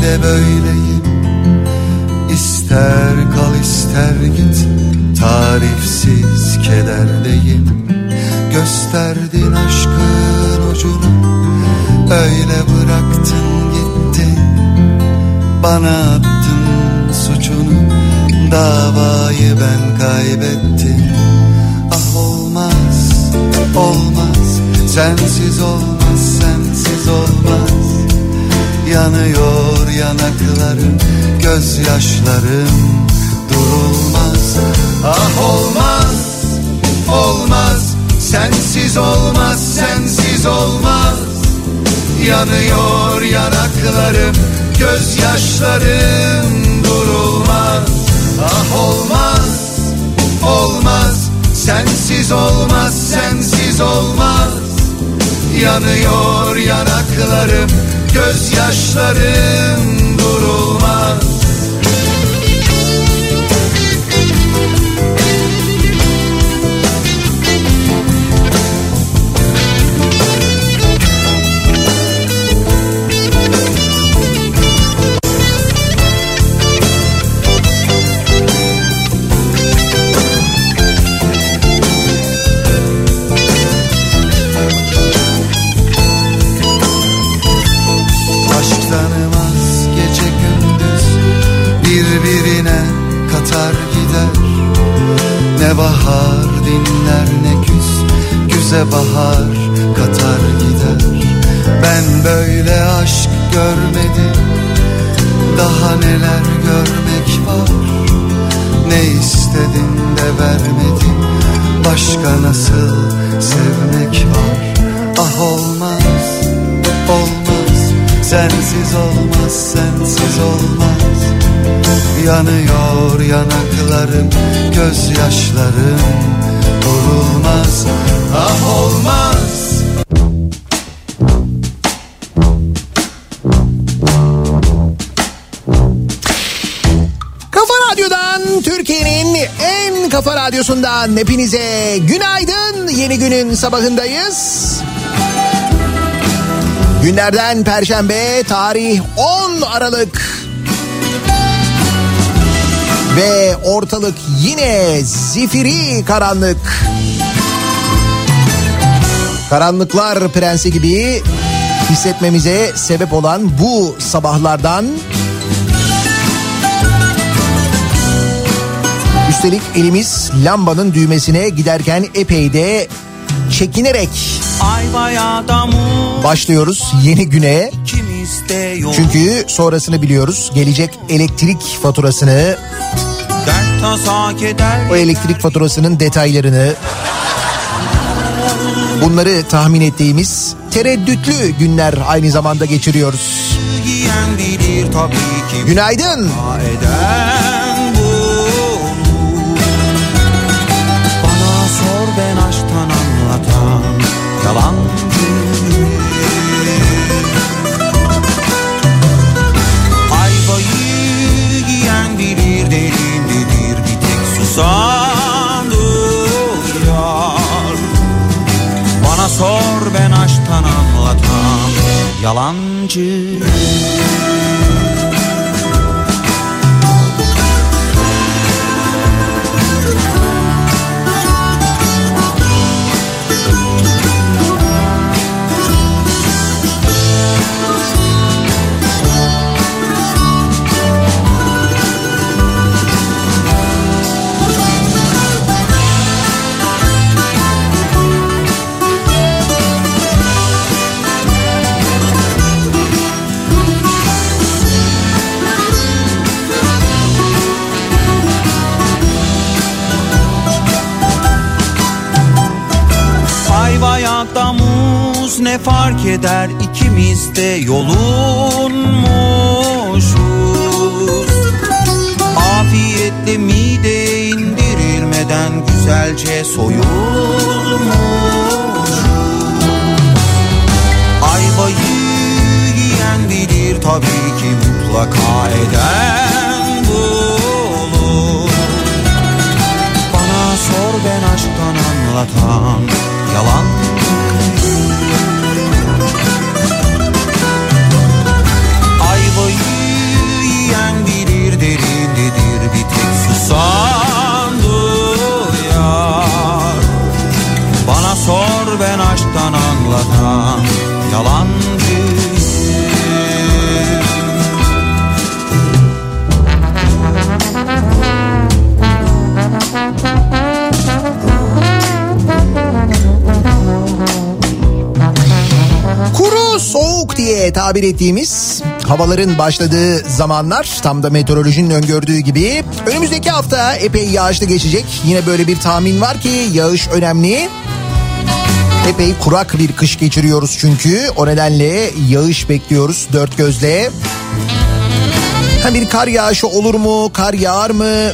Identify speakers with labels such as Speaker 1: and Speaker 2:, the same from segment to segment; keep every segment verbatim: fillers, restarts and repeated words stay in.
Speaker 1: de böyleyim. İster kal ister git, tarifsiz kederdeyim. Gösterdin aşkın ucunu, öyle bıraktın gittin. Bana attın suçunu, davayı ben kaybettim. Ah olmaz, olmaz, sensiz olmaz, sensiz olmaz. Yanıyor yanaklarım, gözyaşlarım durulmaz. Ah olmaz, olmaz, sensiz olmaz, sensiz olmaz. Yanıyor yanaklarım, gözyaşlarım durulmaz. Ah olmaz, olmaz, sensiz olmaz, sensiz olmaz. Yanıyor yanaklarım, gözyaşlarım durulmaz. Birbirine katar gider. Ne bahar dinler ne güz, güze bahar katar gider. Ben böyle aşk görmedim, daha neler görmek var. Ne istedim de vermedim, başka nasıl sevmek var. Ah olmaz, olmaz, sensiz olmaz, sensiz olmaz. Yanıyor yanaklarım, gözyaşlarım durulmaz. Ah olmaz.
Speaker 2: Kafa Radyo'dan, Türkiye'nin en kafa radyosundan hepinize günaydın. Yeni günün sabahındayız. Günlerden Perşembe, tarih on Aralık. Ve ortalık yine zifiri karanlık. Karanlıklar prensi gibi hissetmemize sebep olan bu sabahlardan, üstelik elimiz lambanın düğmesine giderken epey de çekinerek başlıyoruz yeni güne. Çünkü sonrasını biliyoruz. Gelecek elektrik faturasını, o elektrik faturasının detaylarını, bunları tahmin ettiğimiz tereddütlü günler aynı zamanda geçiriyoruz. Günaydın.
Speaker 3: Bana sor ben aşktan anlatan yalancı. Ayvayı yiyen bilir derindedir bir tek susandır yar. Bana sor ben aşktan anlatan yalancı. Ayvayak'ta muz ne fark eder, ikimiz de yolunmuşuz. Afiyetle mideye indirilmeden güzelce soyulmuş. Ayvayı yiyen bilir tabii ki mutlaka eden bulur. Bana sor ben aşktan anlatan yalan. Ayvayı
Speaker 2: tabir ettiğimiz havaların başladığı zamanlar, tam da meteorolojinin öngördüğü gibi önümüzdeki hafta epey yağışlı geçecek. Yine böyle bir tahmin var ki yağış önemli. Epey kurak bir kış geçiriyoruz çünkü. O nedenle yağış bekliyoruz dört gözle. Ha, bir kar yağışı olur mu? Kar yağar mı?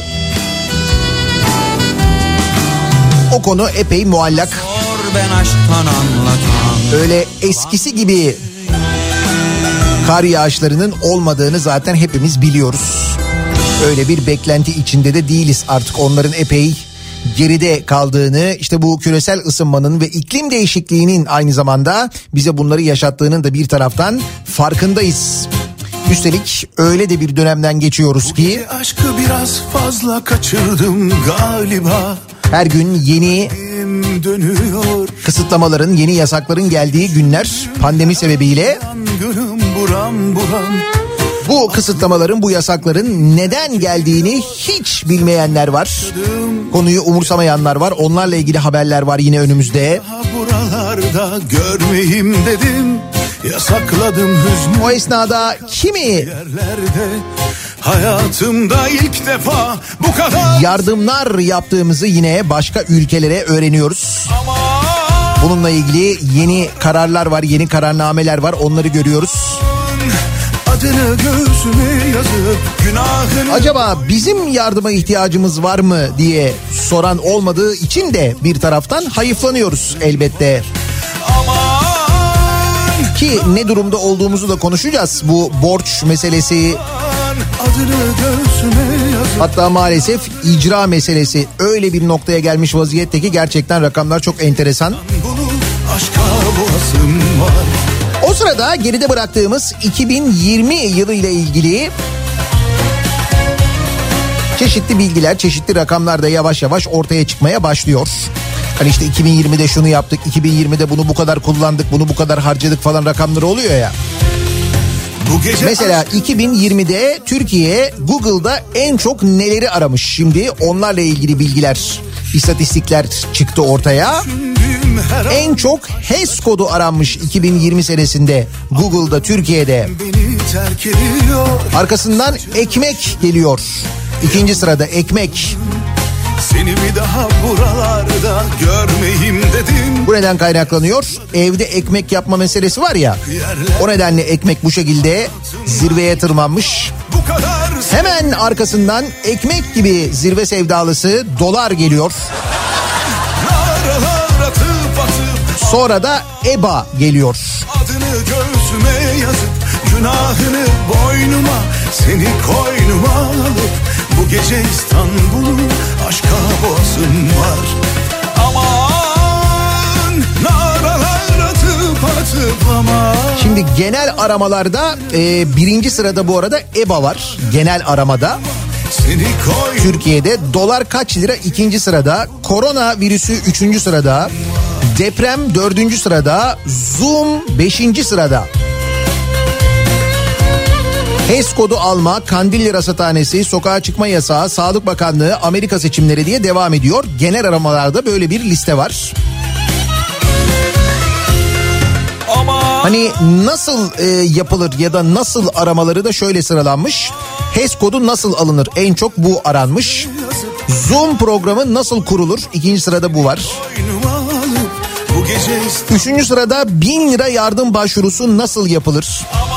Speaker 2: O konu epey muallak.
Speaker 3: Ben aşktan anlatan.
Speaker 2: Öyle eskisi gibi kar yağışlarının olmadığını zaten hepimiz biliyoruz. Öyle bir beklenti içinde de değiliz artık, onların epey geride kaldığını, işte bu küresel ısınmanın ve iklim değişikliğinin aynı zamanda bize bunları yaşattığının da bir taraftan farkındayız. Üstelik öyle de bir dönemden geçiyoruz ki
Speaker 4: aşkı biraz fazla kaçırdım galiba.
Speaker 2: Her gün yeni
Speaker 4: dönüyor.
Speaker 2: Kısıtlamaların, yeni yasakların geldiği günler pandemi sebebiyle.
Speaker 4: Buram, buram.
Speaker 2: Bu kısıtlamaların, bu yasakların neden geldiğini hiç bilmeyenler var. Konuyu umursamayanlar var. Onlarla ilgili haberler var yine önümüzde.
Speaker 4: Buralarda görmeyeyim dedim. Yasakladım hüznü.
Speaker 2: O esnada kimi
Speaker 4: yerlerde hayatımda ilk defa bu kadar
Speaker 2: yardımlar yaptığımızı yine başka ülkelere öğreniyoruz. Bununla ilgili yeni kararlar var, yeni kararnameler var, onları görüyoruz.
Speaker 4: Adını göğsüme yazıp günahını...
Speaker 2: Acaba bizim yardıma ihtiyacımız var mı diye soran olmadığı için de bir taraftan hayıflanıyoruz elbette.
Speaker 4: Aman.
Speaker 2: Ki ne durumda olduğumuzu da konuşacağız. Bu borç meselesi, hatta maalesef icra meselesi öyle bir noktaya gelmiş vaziyette ki gerçekten rakamlar çok enteresan. O sırada geride bıraktığımız iki bin yirmi yılı ile ilgili çeşitli bilgiler, çeşitli rakamlar da yavaş yavaş ortaya çıkmaya başlıyor. Hani işte iki bin yirmide şunu yaptık, iki bin yirmide bunu bu kadar kullandık, bunu bu kadar harcadık falan rakamları oluyor ya. Mesela iki bin yirmide Türkiye Google'da en çok neleri aramış? Şimdi onlarla ilgili bilgiler, istatistikler çıktı ortaya. En çok H E S kodu aranmış iki bin yirmi senesinde Google'da Türkiye'de. Arkasından ekmek geliyor. İkinci sırada ekmek.
Speaker 4: Seni bir daha buralarda görmeyeyim dedim.
Speaker 2: Bu neden kaynaklanıyor? Evde ekmek yapma meselesi var ya. O nedenle ekmek bu şekilde zirveye tırmanmış. Hemen arkasından ekmek gibi zirve sevdalısı dolar geliyor. Sonra da E B A geliyor.
Speaker 4: Adını göğsüme yazıp günahını boynuma, seni koynuma alıp bu gece İstanbul'u aşka boğazım var. Aman naralar atıp atıp aman.
Speaker 2: Şimdi genel aramalarda e, birinci sırada bu arada E B A var. Genel aramada. Türkiye'de dolar kaç lira ikinci sırada. Korona virüsü üçüncü sırada. Deprem dördüncü sırada. Zoom beşinci sırada. H E S kodu alma, Kandilli Rasathanesi, sokağa çıkma yasağı, Sağlık Bakanlığı, Amerika seçimleri diye devam ediyor. Genel aramalarda böyle bir liste var. Hani nasıl e, yapılır ya da nasıl aramaları da şöyle sıralanmış. H E S kodu nasıl alınır? En çok bu aranmış. Zoom programı nasıl kurulur? İkinci sırada bu var. Üçüncü sırada bin lira yardım başvurusu nasıl yapılır?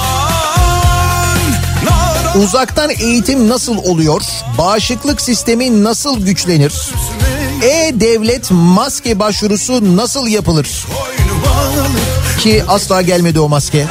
Speaker 2: Uzaktan eğitim nasıl oluyor? Bağışıklık sistemi nasıl güçlenir? E-Devlet maske başvurusu nasıl yapılır? Ki asla gelmedi o maske.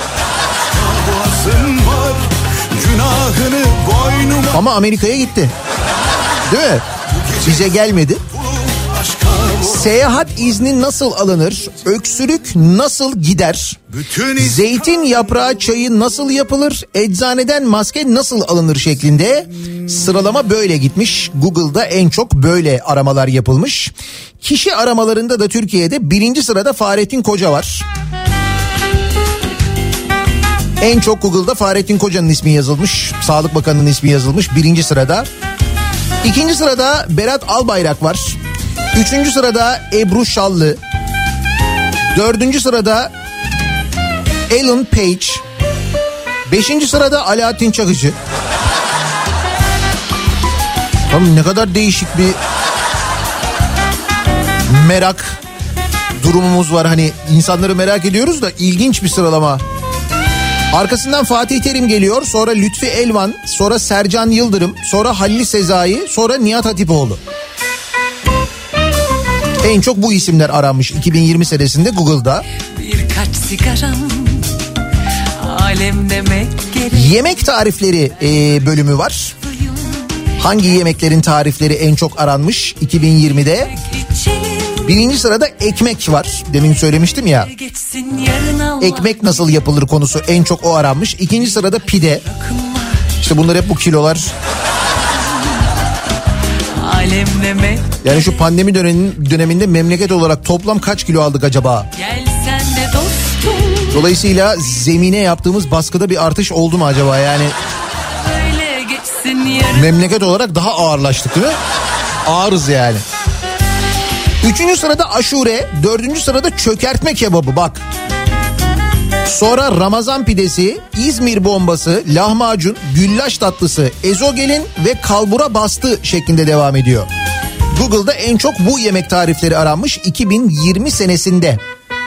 Speaker 2: Ama Amerika'ya gitti. Değil mi? Bize gelmedi. Seyahat izni nasıl alınır? Öksürük nasıl gider? Zeytin yaprağı çayı nasıl yapılır? Eczaneden maske nasıl alınır şeklinde sıralama böyle gitmiş. Google'da en çok böyle aramalar yapılmış. Kişi aramalarında da Türkiye'de birinci sırada Fahrettin Koca var. En çok Google'da Fahrettin Koca'nın ismi yazılmış. Sağlık Bakanı'nın ismi yazılmış birinci sırada. İkinci sırada Berat Albayrak var. Üçüncü sırada Ebru Şallı. Dördüncü sırada Ellen Page. Beşinci sırada Alaaddin Çakıcı. Tabii ne kadar değişik bir merak durumumuz var. Hani insanları merak ediyoruz da ilginç bir sıralama. Arkasından Fatih Terim geliyor. Sonra Lütfi Elvan. Sonra Sercan Yıldırım. Sonra Halil Sezai. Sonra Nihat Hatipoğlu. En çok bu isimler aranmış iki bin yirmi senesinde Google'da.
Speaker 5: Birkaç sigaram, alem demek gerek.
Speaker 2: Yemek tarifleri e, bölümü var. Hangi yemeklerin tarifleri en çok aranmış iki bin yirmide? Birinci sırada ekmek var. Demin söylemiştim ya. Ekmek nasıl yapılır konusu en çok o aranmış. İkinci sırada pide. İşte bunlar hep bu kilolar. Yani şu pandemi dönemin, döneminde memleket olarak toplam kaç kilo aldık acaba? Dolayısıyla zemine yaptığımız baskıda bir artış oldu mu acaba yani? Memleket olarak daha ağırlaştık değil mi? Ağırız yani. Üçüncü sırada aşure, dördüncü sırada çökertme kebabı bak. Sonra Ramazan pidesi, İzmir bombası, lahmacun, güllaç tatlısı, ezogelin ve kalbura bastı şeklinde devam ediyor. Google'da en çok bu yemek tarifleri aranmış iki bin yirmi senesinde.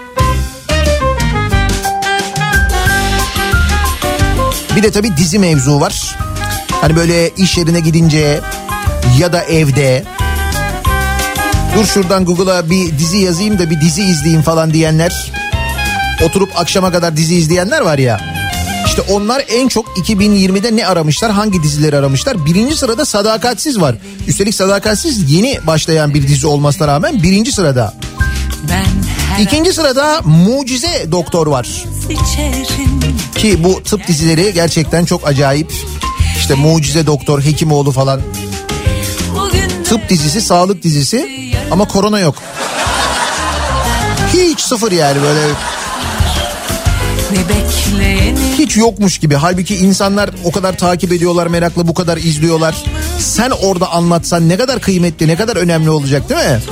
Speaker 2: Bir de tabii dizi mevzu var. Hani böyle iş yerine gidince ya da evde... Dur şuradan Google'a bir dizi yazayım da bir dizi izleyeyim falan diyenler, oturup akşama kadar dizi izleyenler var ya. İşte onlar en çok iki bin yirmide ne aramışlar, hangi dizileri aramışlar? Birinci sırada Sadakatsiz var. Üstelik Sadakatsiz yeni başlayan bir dizi olmasına rağmen birinci sırada. İkinci sırada Mucize Doktor var. Ki bu tıp dizileri gerçekten çok acayip. İşte Mucize Doktor, Hekimoğlu falan. Tıp dizisi, sağlık dizisi ama korona yok. Hiç sıfır yani böyle. Hiç yokmuş gibi. Halbuki insanlar o kadar takip ediyorlar, merakla bu kadar izliyorlar. Sen orada anlatsan ne kadar kıymetli, ne kadar önemli olacak değil mi?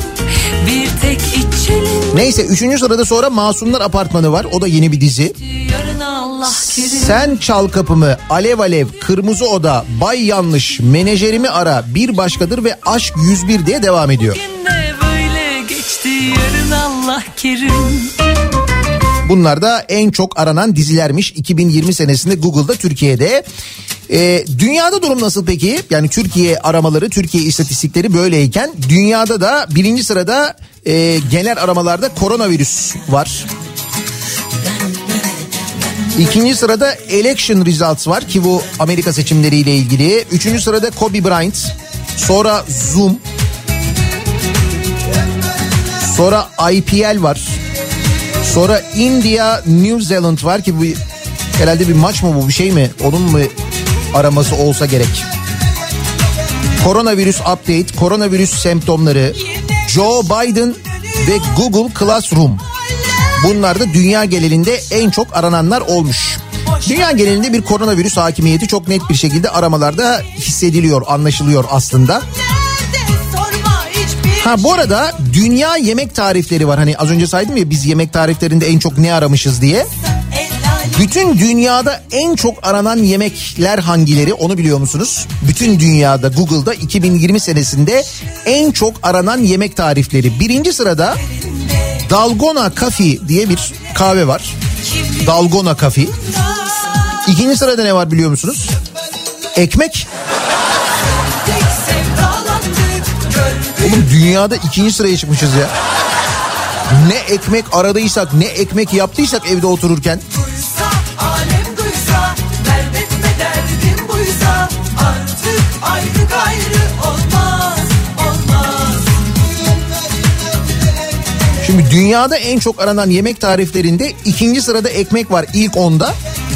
Speaker 2: Neyse üçüncü sırada sonra Masumlar Apartmanı var. O da yeni bir dizi. Sen Çal Kapımı, Alev Alev, Kırmızı Oda, Bay Yanlış, Menajerimi Ara, Bir Başkadır ve Aşk yüz bir diye devam ediyor. Bunlar da en çok aranan dizilermiş iki bin yirmi senesinde Google'da Türkiye'de. Ee, dünyada durum nasıl peki? Yani Türkiye aramaları, Türkiye istatistikleri böyleyken dünyada da birinci sırada e, genel aramalarda koronavirüs var. İkinci sırada election results var ki bu Amerika seçimleriyle ilgili. Üçüncü sırada Kobe Bryant. Sonra Zoom. Sonra I P L var. Sonra India, New Zealand var ki bu herhalde bir maç mı bu, bir şey mi? Onun mu araması olsa gerek. Koronavirüs update, koronavirüs semptomları, Joe Biden ve Google Classroom. Bunlar da dünya genelinde en çok arananlar olmuş. Dünya genelinde bir koronavirüs hakimiyeti çok net bir şekilde aramalarda hissediliyor, anlaşılıyor aslında. Ha bu arada dünya yemek tarifleri var. Hani az önce saydım ya biz yemek tariflerinde en çok ne aramışız diye. Bütün dünyada en çok aranan yemekler hangileri onu biliyor musunuz? Bütün dünyada Google'da iki bin yirmi senesinde en çok aranan yemek tarifleri. Birinci sırada Dalgona Coffee diye bir kahve var. Dalgona Coffee. İkinci sırada ne var biliyor musunuz? Ekmek. Oğlum dünyada ikinci sıraya çıkmışız ya. Ne ekmek aradıysak, ne ekmek yaptıysak evde otururken. Şimdi dünyada en çok aranan yemek tariflerinde ikinci sırada ekmek var ilk onda.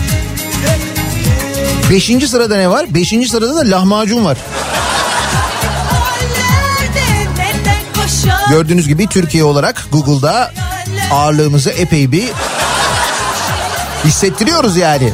Speaker 2: Beşinci sırada ne var? Beşinci sırada da lahmacun var. Gördüğünüz gibi Türkiye olarak Google'da ağırlığımızı epey bir hissettiriyoruz yani.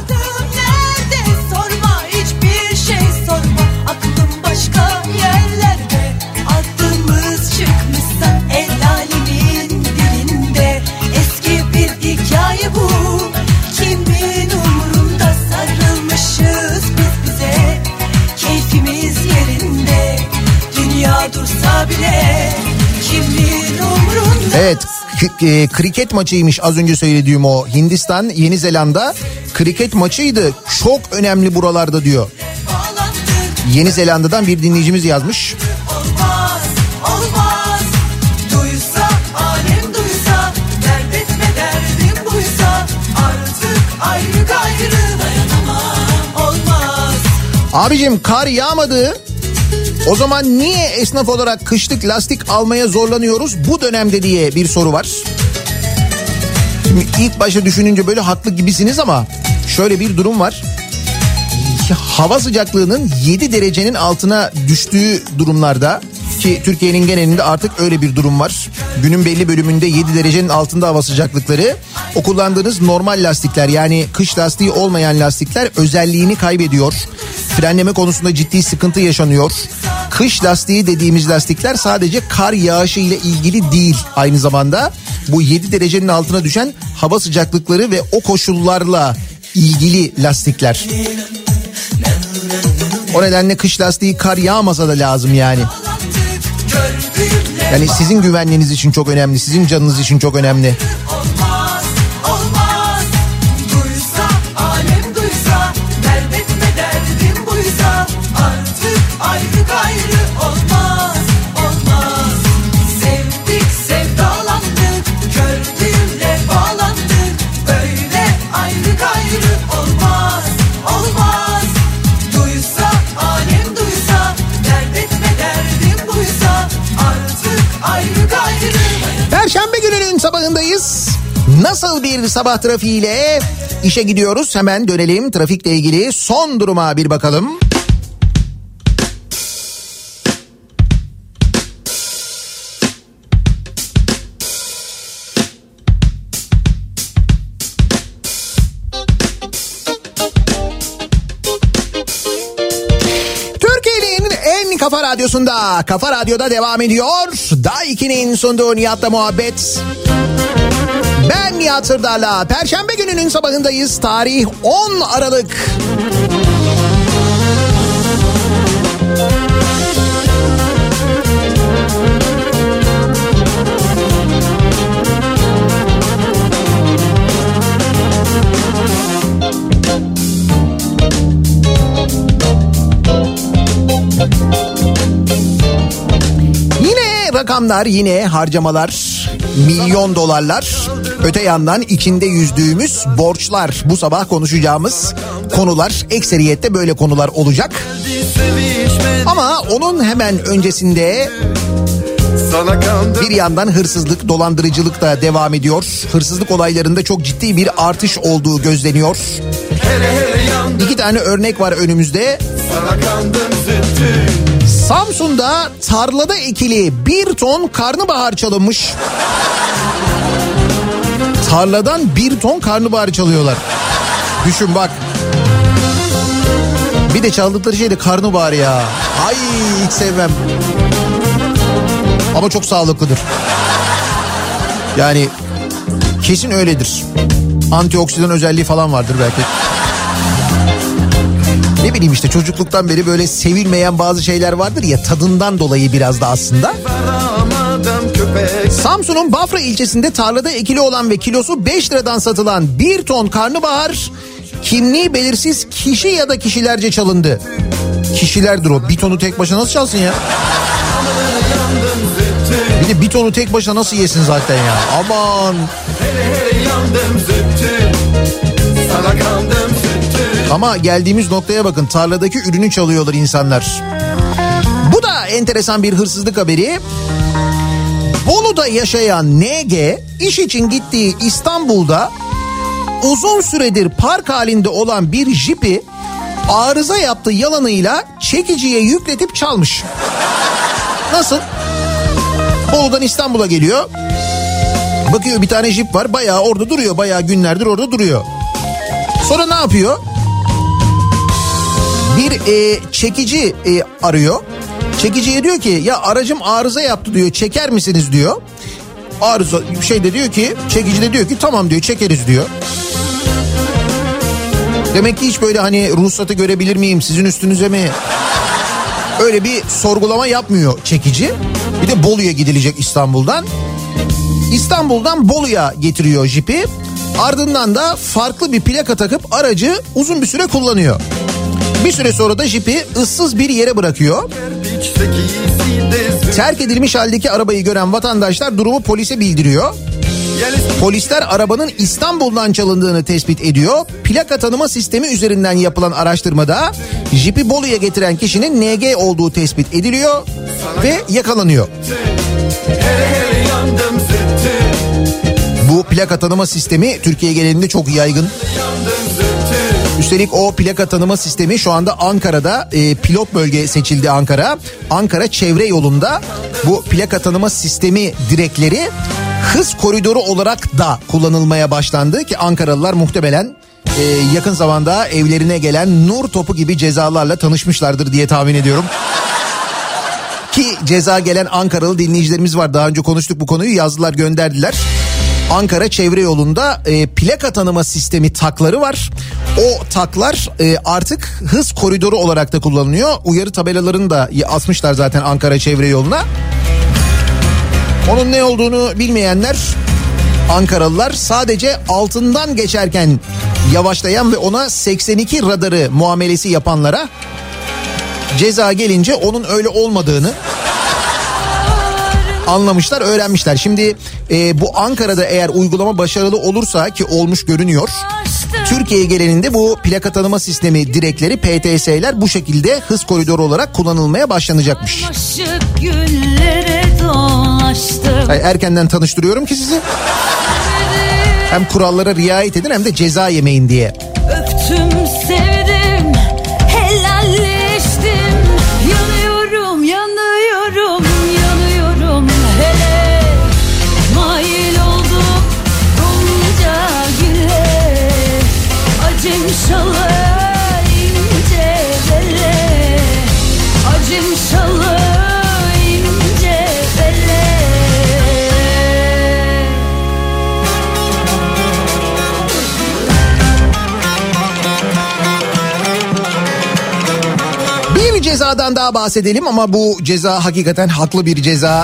Speaker 2: K- e, kriket maçıymış az önce söylediğim o. Hindistan, Yeni Zelanda kriket maçıydı. Çok önemli buralarda diyor. Yeni Zelanda'dan bir dinleyicimiz yazmış.
Speaker 6: Olmaz, olmaz. Duysa, alem duysa, dert etme derdim buysa, artık ayrı gayrı dayanamam, olmaz.
Speaker 2: Abicim kar yağmadı. O zaman niye esnaf olarak kışlık lastik almaya zorlanıyoruz bu dönemde diye bir soru var. Şimdi ilk başta düşününce böyle haklı gibisiniz ama şöyle bir durum var. Hava sıcaklığının yedi derecenin altına düştüğü durumlarda, ki Türkiye'nin genelinde artık öyle bir durum var. Günün belli bölümünde yedi derecenin altında hava sıcaklıkları, o kullandığınız normal lastikler, yani kış lastiği olmayan lastikler özelliğini kaybediyor. Frenleme konusunda ciddi sıkıntı yaşanıyor. Kış lastiği dediğimiz lastikler sadece kar yağışı ile ilgili değil, aynı zamanda bu yedi derecenin altına düşen hava sıcaklıkları ve o koşullarla ilgili lastikler. O nedenle kış lastiği kar yağmasa da lazım yani. Yani sizin güvenliğiniz için çok önemli, sizin canınız için çok önemli.
Speaker 6: Olmaz, olmaz. Duysa, alem duysa, dert etme derdim buysa, artık ayrı gayrı olmaz, olmaz. Sevdik, sevdalandık, gördüğümle bağlandık, böyle ayrı gayrı olmaz, olmaz. Duysa, alem duysa, dert etme derdim buysa, artık ayrı gayrı.
Speaker 2: Perşembe gününün sabahındayız. Nasıl bir sabah trafiğiyle işe gidiyoruz? Hemen dönelim, trafikle ilgili son duruma bir bakalım. Türkiye'nin en kafa radyosunda, Kafa Radyo'da devam ediyor. Daiki'nin sunduğu Nihat'la muhabbet. Ben Nihat Sırdar'la Perşembe gününün sabahındayız. Tarih on Aralık. Yine rakamlar, yine harcamalar, milyon dolarlar. Öte yandan içinde yüzdüğümüz borçlar. Bu sabah konuşacağımız konular, ekseriyette böyle konular olacak. Ama onun hemen öncesinde bir yandan hırsızlık, dolandırıcılık da devam ediyor. Hırsızlık olaylarında çok ciddi bir artış olduğu gözleniyor. İki tane örnek var önümüzde. Samsun'da tarlada ekili bir ton karnabahar çalınmış. Tarladan bir ton karnabahar çalıyorlar. Düşün bak. Bir de çaldıkları şey de karnabahar ya. Ay hiç sevmem. Ama çok sağlıklıdır. Yani kesin öyledir. Antioksidan özelliği falan vardır belki. Ne bileyim işte, çocukluktan beri böyle sevilmeyen bazı şeyler vardır ya, tadından dolayı biraz da aslında. Samsun'un Bafra ilçesinde tarlada ekili olan ve kilosu beş liradan satılan bir ton karnabahar kimliği belirsiz kişi ya da kişilerce çalındı. Kişilerdir o. Bir tonu tek başına nasıl çalsın ya? Bir de bir tonu tek başına nasıl yesin zaten ya? Aman. Ama geldiğimiz noktaya bakın, tarladaki ürünü çalıyorlar insanlar. Bu da enteresan bir hırsızlık haberi. Bolu'da yaşayan N G iş için gittiği İstanbul'da uzun süredir park halinde olan bir jipi arıza yaptığı yalanıyla çekiciye yükletip çalmış. Nasıl? Bolu'dan İstanbul'a geliyor. Bakıyor bir tane jip var, bayağı orada duruyor, bayağı günlerdir orada duruyor. Sonra ne yapıyor? Bir e, çekici e, arıyor. Çekiciye diyor ki ya aracım arıza yaptı diyor, çeker misiniz diyor. Arıza şey de diyor ki, çekici de diyor ki tamam diyor, çekeriz diyor. Demek ki hiç böyle hani ruhsatı görebilir miyim, sizin üstünüze mi? Öyle bir sorgulama yapmıyor çekici. Bir de Bolu'ya gidilecek İstanbul'dan. İstanbul'dan Bolu'ya getiriyor jipi. Ardından da farklı bir plaka takıp aracı uzun bir süre kullanıyor. Bir süre sonra da jipi ıssız bir yere bırakıyor. Terk edilmiş haldeki arabayı gören vatandaşlar durumu polise bildiriyor. Polisler arabanın İstanbul'dan çalındığını tespit ediyor. Plaka tanıma sistemi üzerinden yapılan araştırmada jipi Bolu'ya getiren kişinin N G olduğu tespit ediliyor ve yakalanıyor. Bu plaka tanıma sistemi Türkiye genelinde çok yaygın. Üstelik o plaka tanıma sistemi şu anda Ankara'da e, pilot bölge seçildi Ankara. Ankara çevre yolunda bu plaka tanıma sistemi direkleri hız koridoru olarak da kullanılmaya başlandı ki Ankaralılar muhtemelen e, yakın zamanda evlerine gelen nur topu gibi cezalarla tanışmışlardır diye tahmin ediyorum. Ki ceza gelen Ankaralı dinleyicilerimiz var. Daha önce konuştuk bu konuyu, yazdılar, gönderdiler. Ankara çevre yolunda e, plaka tanıma sistemi takları var. O taklar e, artık hız koridoru olarak da kullanılıyor. Uyarı tabelalarını da asmışlar zaten Ankara çevre yoluna. Onun ne olduğunu bilmeyenler, Ankaralılar, sadece altından geçerken yavaşlayan ve ona seksen iki radarı muamelesi yapanlara ceza gelince onun öyle olmadığını anlamışlar, öğrenmişler. Şimdi e, bu Ankara'da eğer uygulama başarılı olursa, ki olmuş görünüyor, Türkiye genelinde bu plaka tanıma sistemi direkleri, P T S'ler bu şekilde hız koridoru olarak kullanılmaya başlanacakmış. Hayır, erkenden tanıştırıyorum ki sizi. Hem kurallara riayet edin hem de ceza yemeyin diye.
Speaker 6: Öptüm, sevdim, helalleştim. Yanıyorum, yanıyorum, yanıyorum. Hele mail oldum gonca güle. Acım şalı ince bele. Acım şalı ince bele.
Speaker 2: Bir cezadan daha bahsedelim ama bu ceza hakikaten haklı bir ceza.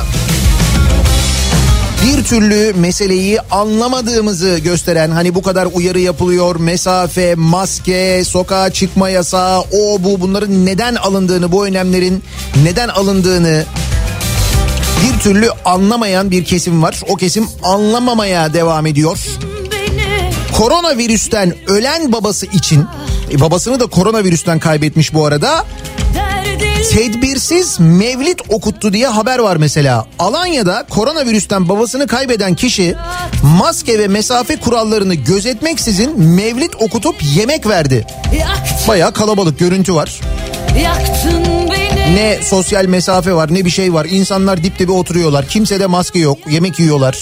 Speaker 2: Bir türlü meseleyi anlamadığımızı gösteren, hani bu kadar uyarı yapılıyor, mesafe, maske, sokağa çıkma yasağı, o bu, bunların neden alındığını, bu önlemlerin neden alındığını bir türlü anlamayan bir kesim var. O kesim anlamamaya devam ediyor. Koronavirüsten ölen babası için, e, babasını da koronavirüsten kaybetmiş bu arada, tedbirsiz mevlid okuttu diye haber var mesela. Alanya'da koronavirüsten babasını kaybeden kişi maske ve mesafe kurallarını gözetmeksizin mevlid okutup yemek verdi. Bayağı kalabalık, görüntü var. Ne sosyal mesafe var, ne bir şey var. İnsanlar dip dibe oturuyorlar. Kimsede maske yok, yemek yiyorlar.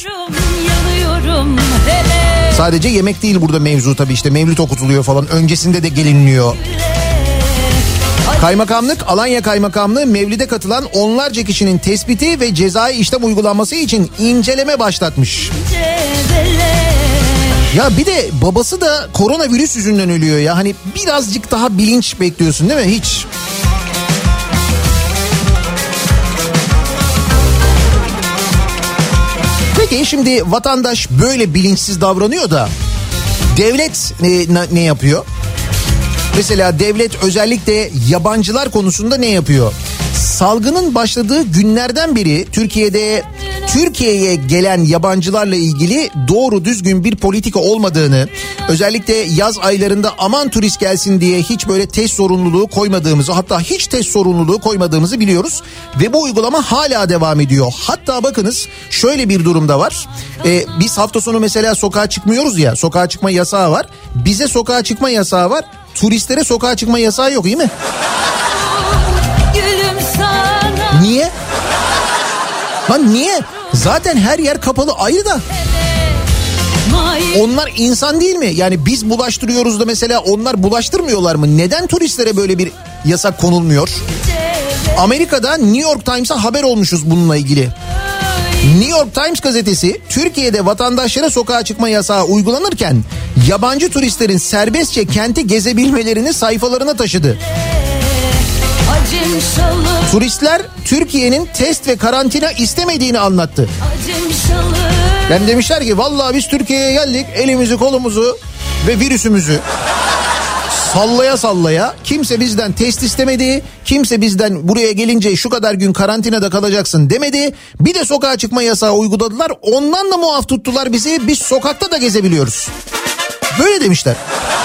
Speaker 2: Sadece yemek değil burada mevzu, tabii işte mevlid okutuluyor falan. Öncesinde de gelinmiyor. Kaymakamlık, Alanya Kaymakamlığı mevlide katılan onlarca kişinin tespiti ve cezai işlem uygulanması için inceleme başlatmış. Ya bir de babası da koronavirüs yüzünden ölüyor ya. Hani birazcık daha bilinç bekliyorsun değil mi? Hiç. Peki şimdi vatandaş böyle bilinçsiz davranıyor da devlet ne, ne yapıyor? Mesela devlet özellikle yabancılar konusunda ne yapıyor? Salgının başladığı günlerden beri Türkiye'de Türkiye'ye gelen yabancılarla ilgili doğru düzgün bir politika olmadığını, özellikle yaz aylarında aman turist gelsin diye hiç böyle test zorunluluğu koymadığımızı, hatta hiç test zorunluluğu koymadığımızı biliyoruz ve bu uygulama hala devam ediyor. Hatta bakınız şöyle bir durumda var. Ee, biz hafta sonu mesela sokağa çıkmıyoruz ya, sokağa çıkma yasağı var. Bize sokağa çıkma yasağı var. Turistlere sokağa çıkma yasağı yok, değil mi? Niye? Lan niye? Zaten her yer kapalı, ayrı da. Onlar insan değil mi? Yani biz bulaştırıyoruz da mesela onlar bulaştırmıyorlar mı? Neden turistlere böyle bir yasak konulmuyor? Amerika'da New York Times'a haber olmuşuz bununla ilgili. New York Times gazetesi Türkiye'de vatandaşlara sokağa çıkma yasağı uygulanırken yabancı turistlerin serbestçe kenti gezebilmelerini sayfalarına taşıdı. Turistler Türkiye'nin test ve karantina istemediğini anlattı. Yani demişler ki vallahi biz Türkiye'ye geldik, elimizi kolumuzu ve virüsümüzü sallaya sallaya, kimse bizden test istemedi, kimse bizden buraya gelince şu kadar gün karantinada kalacaksın demedi. Bir de sokağa çıkma yasağı uyguladılar, ondan da muaf tuttular bizi, biz sokakta da gezebiliyoruz. Böyle demişler.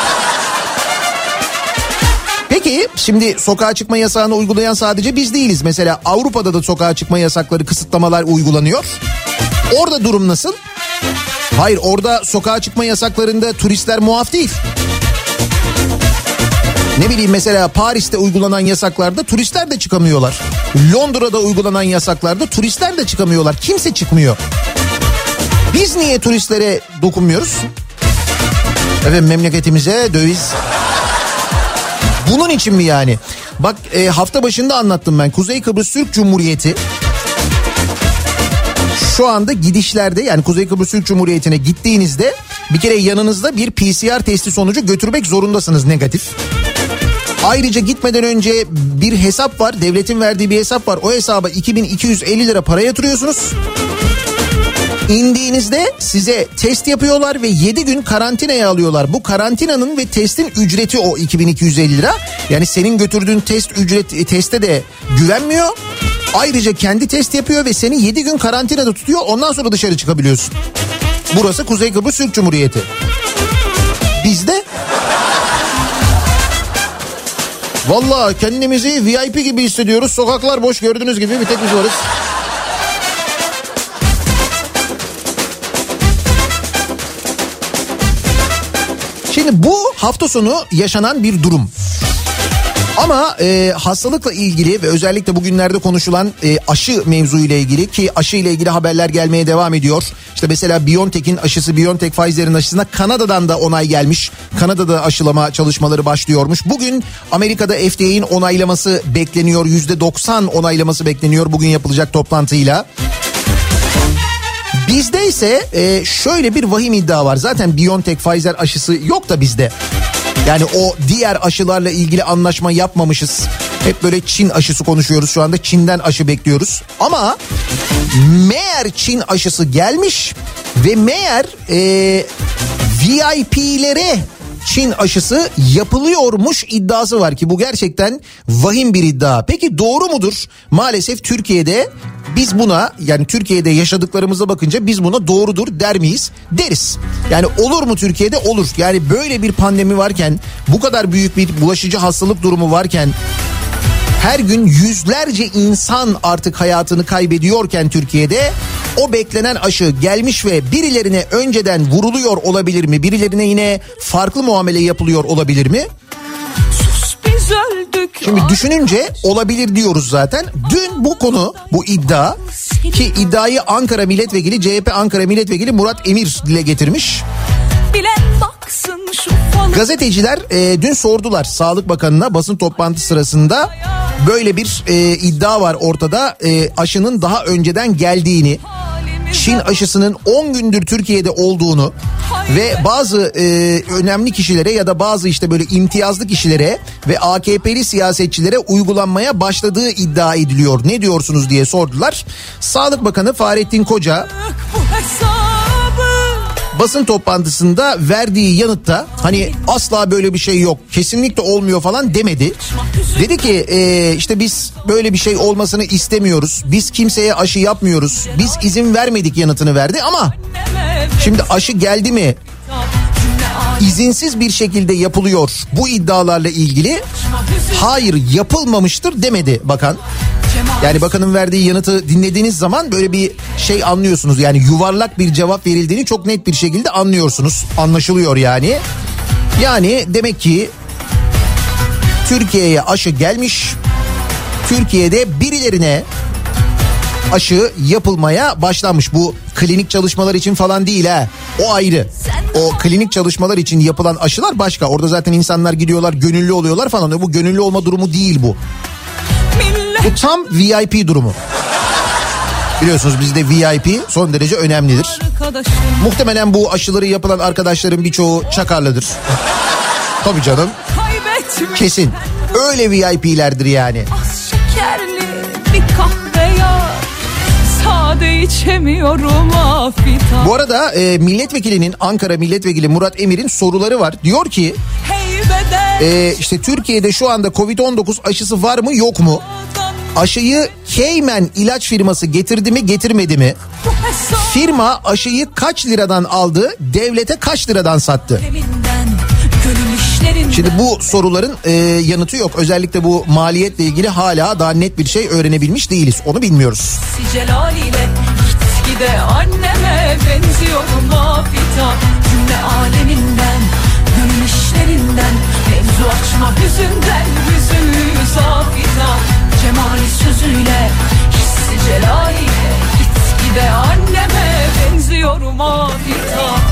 Speaker 2: Peki şimdi sokağa çıkma yasağını uygulayan sadece biz değiliz. Mesela Avrupa'da da sokağa çıkma yasakları, kısıtlamalar uygulanıyor. Orada durum nasıl? Hayır, orada sokağa çıkma yasaklarında turistler muaf değil. Ne bileyim, mesela Paris'te uygulanan yasaklarda turistler de çıkamıyorlar. Londra'da uygulanan yasaklarda turistler de çıkamıyorlar. Kimse çıkmıyor. Biz niye turistlere dokunmuyoruz? Evet, memleketimize döviz. Bunun için mi yani? Bak e, hafta başında anlattım ben. Kuzey Kıbrıs Türk Cumhuriyeti şu anda gidişlerde, yani Kuzey Kıbrıs Türk Cumhuriyeti'ne gittiğinizde bir kere yanınızda bir P C R testi sonucu götürmek zorundasınız, negatif. Ayrıca gitmeden önce bir hesap var, devletin verdiği bir hesap var. O hesaba iki bin iki yüz elli lira para yatırıyorsunuz. İndiğinizde size test yapıyorlar ve yedi gün karantinaya alıyorlar. Bu karantinanın ve testin ücreti o iki bin iki yüz elli lira. Yani senin götürdüğün test ücret teste de güvenmiyor. Ayrıca kendi test yapıyor ve seni yedi gün karantinada tutuyor. Ondan sonra dışarı çıkabiliyorsun. Burası Kuzey Kıbrıs Türk Cumhuriyeti. Bizde vallahi kendimizi V I P gibi hissediyoruz. Sokaklar boş, gördüğünüz gibi bir tek biz varız. Şimdi bu hafta sonu yaşanan bir durum. Ama e, hastalıkla ilgili ve özellikle bugünlerde konuşulan e, aşı mevzu ile ilgili, ki aşı ile ilgili haberler gelmeye devam ediyor. İşte mesela BioNTech'in aşısı, BioNTech Pfizer'in aşısına Kanada'dan da onay gelmiş. Kanada'da aşılama çalışmaları başlıyormuş. Bugün Amerika'da F D A'nin onaylaması bekleniyor. yüzde doksan onaylaması bekleniyor bugün yapılacak toplantıyla. Bizde ise e, şöyle bir vahim iddia var. Zaten BioNTech Pfizer aşısı yok da bizde. Yani o diğer aşılarla ilgili anlaşma yapmamışız. Hep böyle Çin aşısı konuşuyoruz şu anda. Çin'den aşı bekliyoruz. Ama meğer Çin aşısı gelmiş ve meğer e, V I P'lere Çin aşısı yapılıyormuş iddiası var ki bu gerçekten vahim bir iddia. Peki doğru mudur? Maalesef Türkiye'de biz buna, yani Türkiye'de yaşadıklarımıza bakınca biz buna doğrudur der miyiz? Deriz. Yani olur mu Türkiye'de? Olur. Yani böyle bir pandemi varken, bu kadar büyük bir bulaşıcı hastalık durumu varken, her gün yüzlerce insan artık hayatını kaybediyorken Türkiye'de o beklenen aşı gelmiş ve birilerine önceden vuruluyor olabilir mi? Birilerine yine farklı muamele yapılıyor olabilir mi? Şimdi düşününce olabilir diyoruz zaten. Dün bu konu, bu iddia, ki iddiayı Ankara Milletvekili, C H P Ankara Milletvekili Murat Emir dile getirmiş. Gazeteciler e, dün sordular Sağlık Bakanı'na basın toplantısı sırasında, böyle bir e, iddia var ortada, e, aşının daha önceden geldiğini, Çin aşısının on gündür Türkiye'de olduğunu ve bazı e, önemli kişilere ya da bazı işte böyle imtiyazlı kişilere ve A K P'li siyasetçilere uygulanmaya başladığı iddia ediliyor. Ne diyorsunuz diye sordular. Sağlık Bakanı Fahrettin Koca basın toplantısında verdiği yanıtta hani asla böyle bir şey yok, kesinlikle olmuyor falan demedi. Dedi ki e, işte biz böyle bir şey olmasını istemiyoruz. Biz kimseye aşı yapmıyoruz. Biz izin vermedik yanıtını verdi ama şimdi aşı geldi mi? İzinsiz bir şekilde yapılıyor bu iddialarla ilgili. Hayır, yapılmamıştır demedi bakan. Yani bakanın verdiği yanıtı dinlediğiniz zaman böyle bir şey anlıyorsunuz. Yani yuvarlak bir cevap verildiğini çok net bir şekilde anlıyorsunuz. Anlaşılıyor yani. Yani demek ki Türkiye'ye aşı gelmiş. Türkiye'de birilerine aşı yapılmaya başlanmış. Bu klinik çalışmalar için falan değil ha. O ayrı. O klinik çalışmalar için yapılan aşılar başka. Orada zaten insanlar gidiyorlar, gönüllü oluyorlar falan. Bu gönüllü olma durumu değil bu. Bu tam V I P durumu. Biliyorsunuz bizde V I P son derece önemlidir. Muhtemelen bu aşıları yapılan arkadaşların birçoğu Çakarlıdır. Tabii canım. Kesin. Öyle V I P'lerdir yani.
Speaker 6: Az şekerli bir kahve yar. sade içemiyorum afitan.
Speaker 2: Bu arada e, milletvekilinin, Ankara milletvekili Murat Emir'in soruları var. Diyor ki e, işte Türkiye'de şu anda kovid on dokuz aşısı var mı yok mu? Aşıyı Cayman ilaç firması getirdi mi getirmedi mi? Firma aşıyı kaç liradan aldı, devlete kaç liradan sattı? Şimdi bu soruların e, yanıtı yok. Özellikle bu maliyetle ilgili hala daha net bir şey öğrenebilmiş değiliz. Onu bilmiyoruz.
Speaker 6: Celaliyle gitgide anneme benziyorum afitan. Cümle aleminden, gönül işlerinden, mevzu açma hüzünden, yüzümüz afitan. Cemali sözüyle, hissi celaliyle gitgide anneme benziyorum afitan.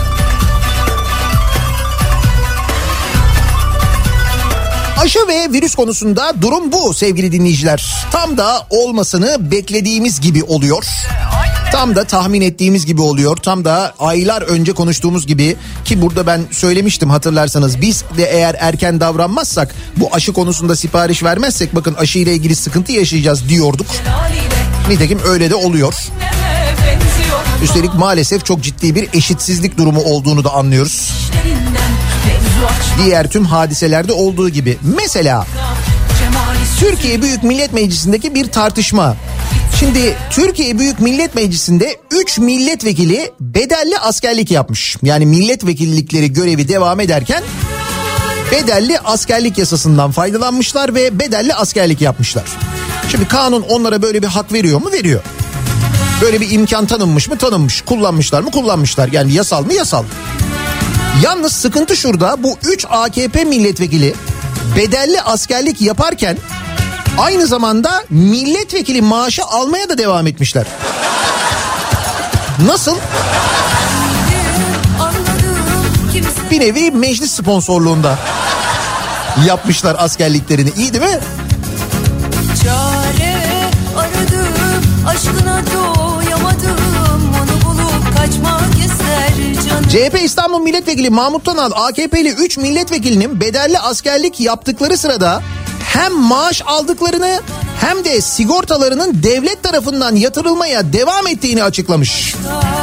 Speaker 2: Aşı ve virüs konusunda durum bu sevgili dinleyiciler. Tam da olmasını beklediğimiz gibi oluyor. Tam da tahmin ettiğimiz gibi oluyor. Tam da aylar önce konuştuğumuz gibi, ki burada ben söylemiştim hatırlarsanız, biz de eğer erken davranmazsak, bu aşı konusunda sipariş vermezsek bakın aşı ile ilgili sıkıntı yaşayacağız diyorduk. Nitekim öyle de oluyor. Üstelik maalesef çok ciddi bir eşitsizlik durumu olduğunu da anlıyoruz. Diğer tüm hadiselerde olduğu gibi. Mesela Türkiye Büyük Millet Meclisi'ndeki bir tartışma. Şimdi Türkiye Büyük Millet Meclisi'nde üç milletvekili bedelli askerlik yapmış. Yani milletvekillikleri görevi devam ederken bedelli askerlik yasasından faydalanmışlar ve bedelli askerlik yapmışlar. Şimdi kanun onlara böyle bir hak veriyor mu? Veriyor. Böyle bir imkan tanınmış mı? Tanınmış. Kullanmışlar mı? Kullanmışlar. Yani yasal mı? Yasal. Yalnız sıkıntı şurada, bu üç A K P milletvekili bedelli askerlik yaparken aynı zamanda milletvekili maaşı almaya da devam etmişler. Nasıl? Bir nevi meclis sponsorluğunda yapmışlar askerliklerini. İyi değil mi?
Speaker 7: Çare aradım, aşkına doyamadım, onu bulup kaçmak ister canım.
Speaker 2: C H P İstanbul Milletvekili Mahmut Tanal, A K P'li üç milletvekilinin bedelli askerlik yaptıkları sırada hem maaş aldıklarını hem de sigortalarının devlet tarafından yatırılmaya devam ettiğini açıklamış.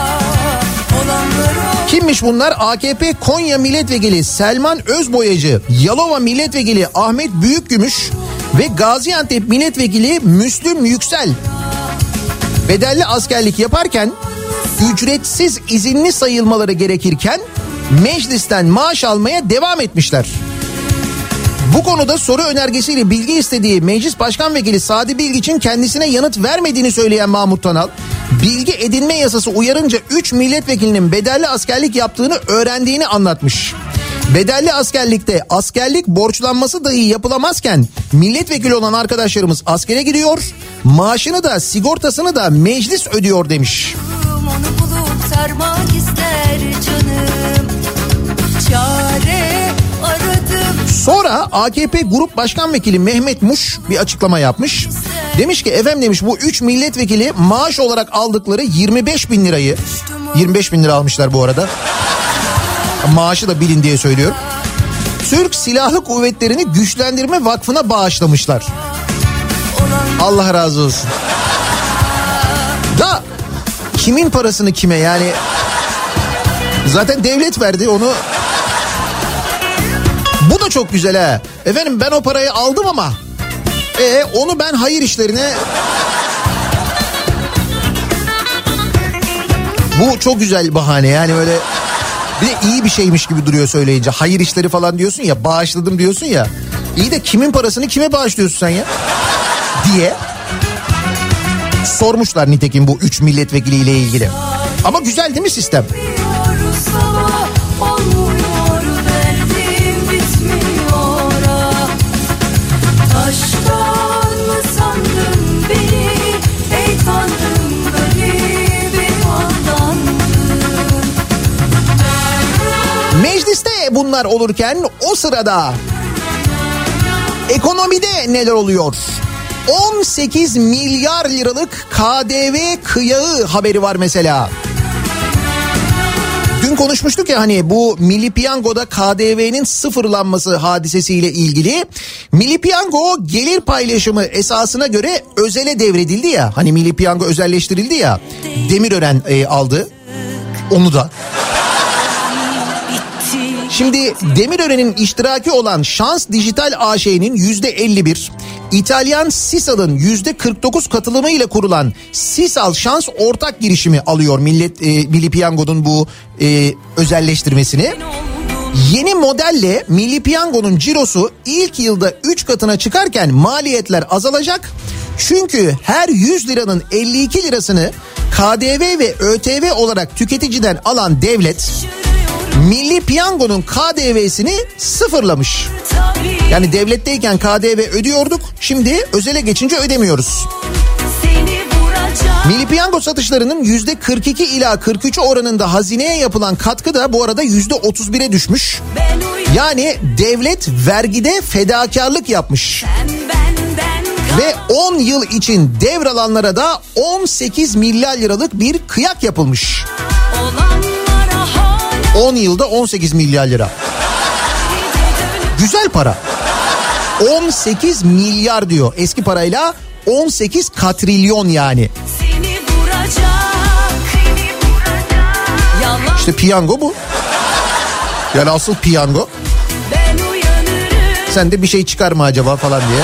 Speaker 2: Kimmiş bunlar? A K P Konya Milletvekili Selman Özboyacı, Yalova Milletvekili Ahmet Büyükgümüş ve Gaziantep Milletvekili Müslüm Yüksel. Bedelli askerlik yaparken ücretsiz izinli sayılmaları gerekirken meclisten maaş almaya devam etmişler. Bu konuda soru önergesiyle bilgi istediği Meclis Başkan Vekili Sadi Bilgiç'in kendisine yanıt vermediğini söyleyen Mahmut Tanal, bilgi edinme yasası uyarınca üç milletvekilinin bedelli askerlik yaptığını öğrendiğini anlatmış. Bedelli askerlikte askerlik borçlanması dahi yapılamazken milletvekili olan arkadaşlarımız askere gidiyor, maaşını da sigortasını da meclis ödüyor demiş.
Speaker 7: Onu bulup sarmak ister canım. Çare aradım.
Speaker 2: Sonra A K P Grup Başkan Vekili Mehmet Muş bir açıklama yapmış. Demiş ki efendim demiş, bu üç milletvekili maaş olarak aldıkları yirmi beş bin lirayı, yirmi beş bin lira almışlar bu arada. Maaşı da bilin diye söylüyorum. Türk Silahlı Kuvvetleri'ni Güçlendirme Vakfı'na bağışlamışlar. Allah razı olsun. Da kimin parasını kime, yani zaten devlet verdi onu. Bu da çok güzel ha. Efendim ben o parayı aldım ama e, onu ben hayır işlerine... Bu çok güzel bahane yani, böyle bir de iyi bir şeymiş gibi duruyor söyleyince. Hayır işleri falan diyorsun ya, bağışladım diyorsun ya. İyi de kimin parasını kime bağışlıyorsun sen ya diye sormuşlar nitekim bu üç milletvekiliyle ilgili. Ama güzel değil mi sistem? Mecliste bunlar olurken o sırada ekonomide neler oluyor? on sekiz milyar liralık K D V kıyağı haberi var mesela. Dün konuşmuştuk ya hani bu Milli Piyango'da K D V'nin sıfırlanması hadisesiyle ilgili. Milli Piyango gelir paylaşımı esasına göre özele devredildi ya. Hani Milli Piyango özelleştirildi ya. Demirören e, aldı onu da. Şimdi Demirören'in iştiraki olan Şans Dijital A Ş'nin yüzde elli bir, İtalyan Sisal'ın yüzde kırk dokuz katılımıyla kurulan Sisal Şans ortak girişimi alıyor Millet e, Milli Piyango'nun bu e, özelleştirmesini. Yeni modelle Milli Piyango'nun cirosu ilk yılda üç katına çıkarken maliyetler azalacak. Çünkü her yüz liranın elli iki lirasını K D V ve Ö T V olarak tüketiciden alan devlet Milli Piyango'nun K D V'sini sıfırlamış. Yani devletteyken K D V ödüyorduk, şimdi özele geçince ödemiyoruz. Milli Piyango satışlarının yüzde kırk iki ila kırk üç oranında hazineye yapılan katkı da bu arada yüzde otuz bire düşmüş. Yani devlet vergide fedakarlık yapmış. Ve on yıl için devralanlara da on sekiz milyar liralık bir kıyak yapılmış. on yılda on sekiz milyar lira. Güzel para. on sekiz milyar diyor. Eski parayla on sekiz katrilyon yani. İşte piyango bu. Yani asıl piyango. Sen de bir şey çıkar mı acaba falan diye.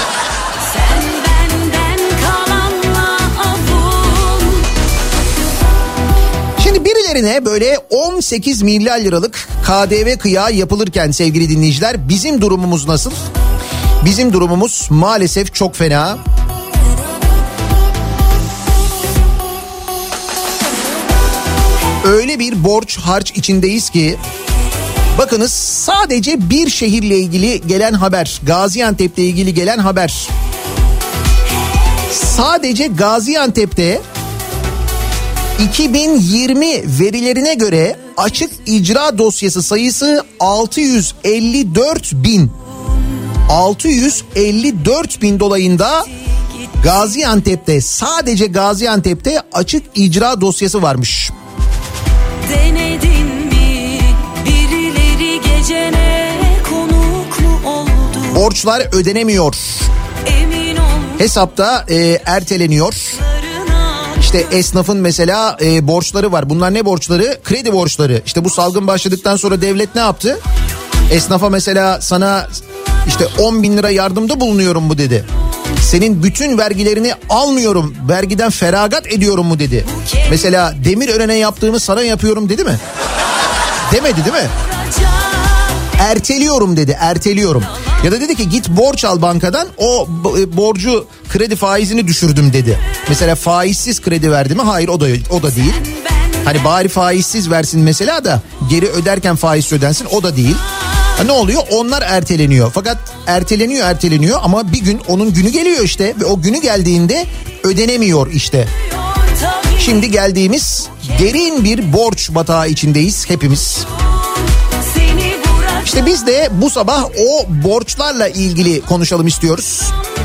Speaker 2: Birilerine böyle on sekiz milyar liralık K D V kıyağı yapılırken sevgili dinleyiciler, bizim durumumuz nasıl? Bizim durumumuz maalesef çok fena. Öyle bir borç harç içindeyiz ki bakınız, sadece bir şehirle ilgili gelen haber, Gaziantep'le ilgili gelen haber. Sadece Gaziantep'te iki bin yirmi verilerine göre açık icra dosyası sayısı altı yüz elli dört bin. altı yüz elli dört bin dolayında Gaziantep'te, sadece Gaziantep'te açık icra dosyası varmış.
Speaker 7: Denedin mi birileri gecene konuk mu oldu?
Speaker 2: Borçlar ödenemiyor.
Speaker 7: Emin ol.
Speaker 2: Hesapta e, erteleniyor. İşte esnafın mesela e, borçları var. Bunlar ne borçları? Kredi borçları. İşte bu salgın başladıktan sonra devlet ne yaptı? Esnafa mesela sana işte on bin lira yardımda bulunuyorum mu dedi. Senin bütün vergilerini almıyorum, vergiden feragat ediyorum mu dedi. Mesela Demirören'e yaptığımı sana yapıyorum dedi mi? Demedi değil mi? Erteliyorum dedi, erteliyorum. Ya da dedi ki git borç al bankadan, o borcu, kredi faizini düşürdüm dedi. Mesela faizsiz kredi verdi mi? Hayır, o da o da değil. Hani bari faizsiz versin mesela da geri öderken faiz ödensin, o da değil. Ha, ne oluyor? Onlar erteleniyor. Fakat erteleniyor erteleniyor ama bir gün onun günü geliyor işte ve o günü geldiğinde ödenemiyor işte. Şimdi geldiğimiz derin bir borç batağı içindeyiz hepimiz. İşte biz de bu sabah o borçlarla ilgili konuşalım istiyoruz.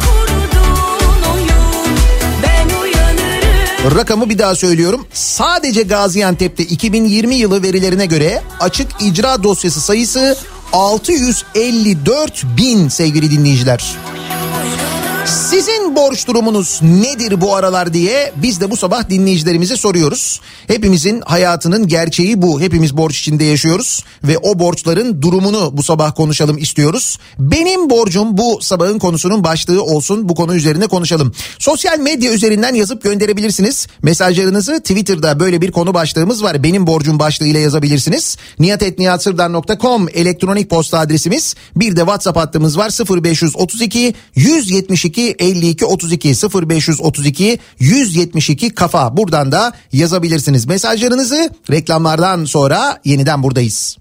Speaker 2: Rakamı bir daha söylüyorum. Sadece Gaziantep'te iki bin yirmi yılı verilerine göre açık icra dosyası sayısı altı yüz elli dört bin sevgili dinleyiciler. Sizin borç durumunuz nedir bu aralar diye biz de bu sabah dinleyicilerimize soruyoruz. Hepimizin hayatının gerçeği bu. Hepimiz borç içinde yaşıyoruz ve o borçların durumunu bu sabah konuşalım istiyoruz. Benim borcum bu sabahın konusunun başlığı olsun. Bu konu üzerine konuşalım. Sosyal medya üzerinden yazıp gönderebilirsiniz. Mesajlarınızı Twitter'da böyle bir konu başlığımız var. Benim borcum başlığıyla yazabilirsiniz. nihat et nihat sırdar nokta com elektronik posta adresimiz. Bir de WhatsApp hattımız var. sıfır beş otuz iki yüz yetmiş iki elli iki otuz iki sıfır beş otuz iki yüz yetmiş iki kafa. Buradan da yazabilirsiniz mesajlarınızı. Reklamlardan sonra yeniden buradayız.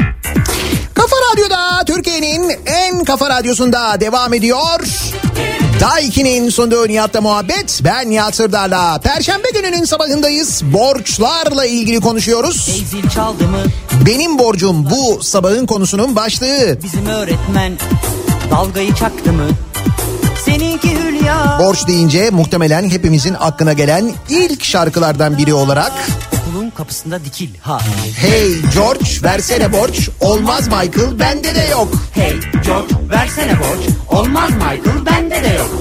Speaker 2: Kafa Radyo'da, Türkiye'nin en kafa radyosunda devam ediyor. Daha ikinin sonunda Nihat'la muhabbet. Ben Nihat Sırdar'la. Perşembe gününün sabahındayız. Borçlarla ilgili konuşuyoruz.
Speaker 8: Ey zil çaldı mı?
Speaker 2: Benim borcum bu sabahın konusunun başlığı.
Speaker 8: Bizim öğretmen dalgayı çaktı mı? Seninki Hülya.
Speaker 2: Borç deyince muhtemelen hepimizin aklına gelen ilk şarkılardan biri olarak
Speaker 8: okulun kapısında dikil ha.
Speaker 2: Hey George versene borç, olmaz Michael bende de yok.
Speaker 8: Hey George versene borç, olmaz Michael bende de yok.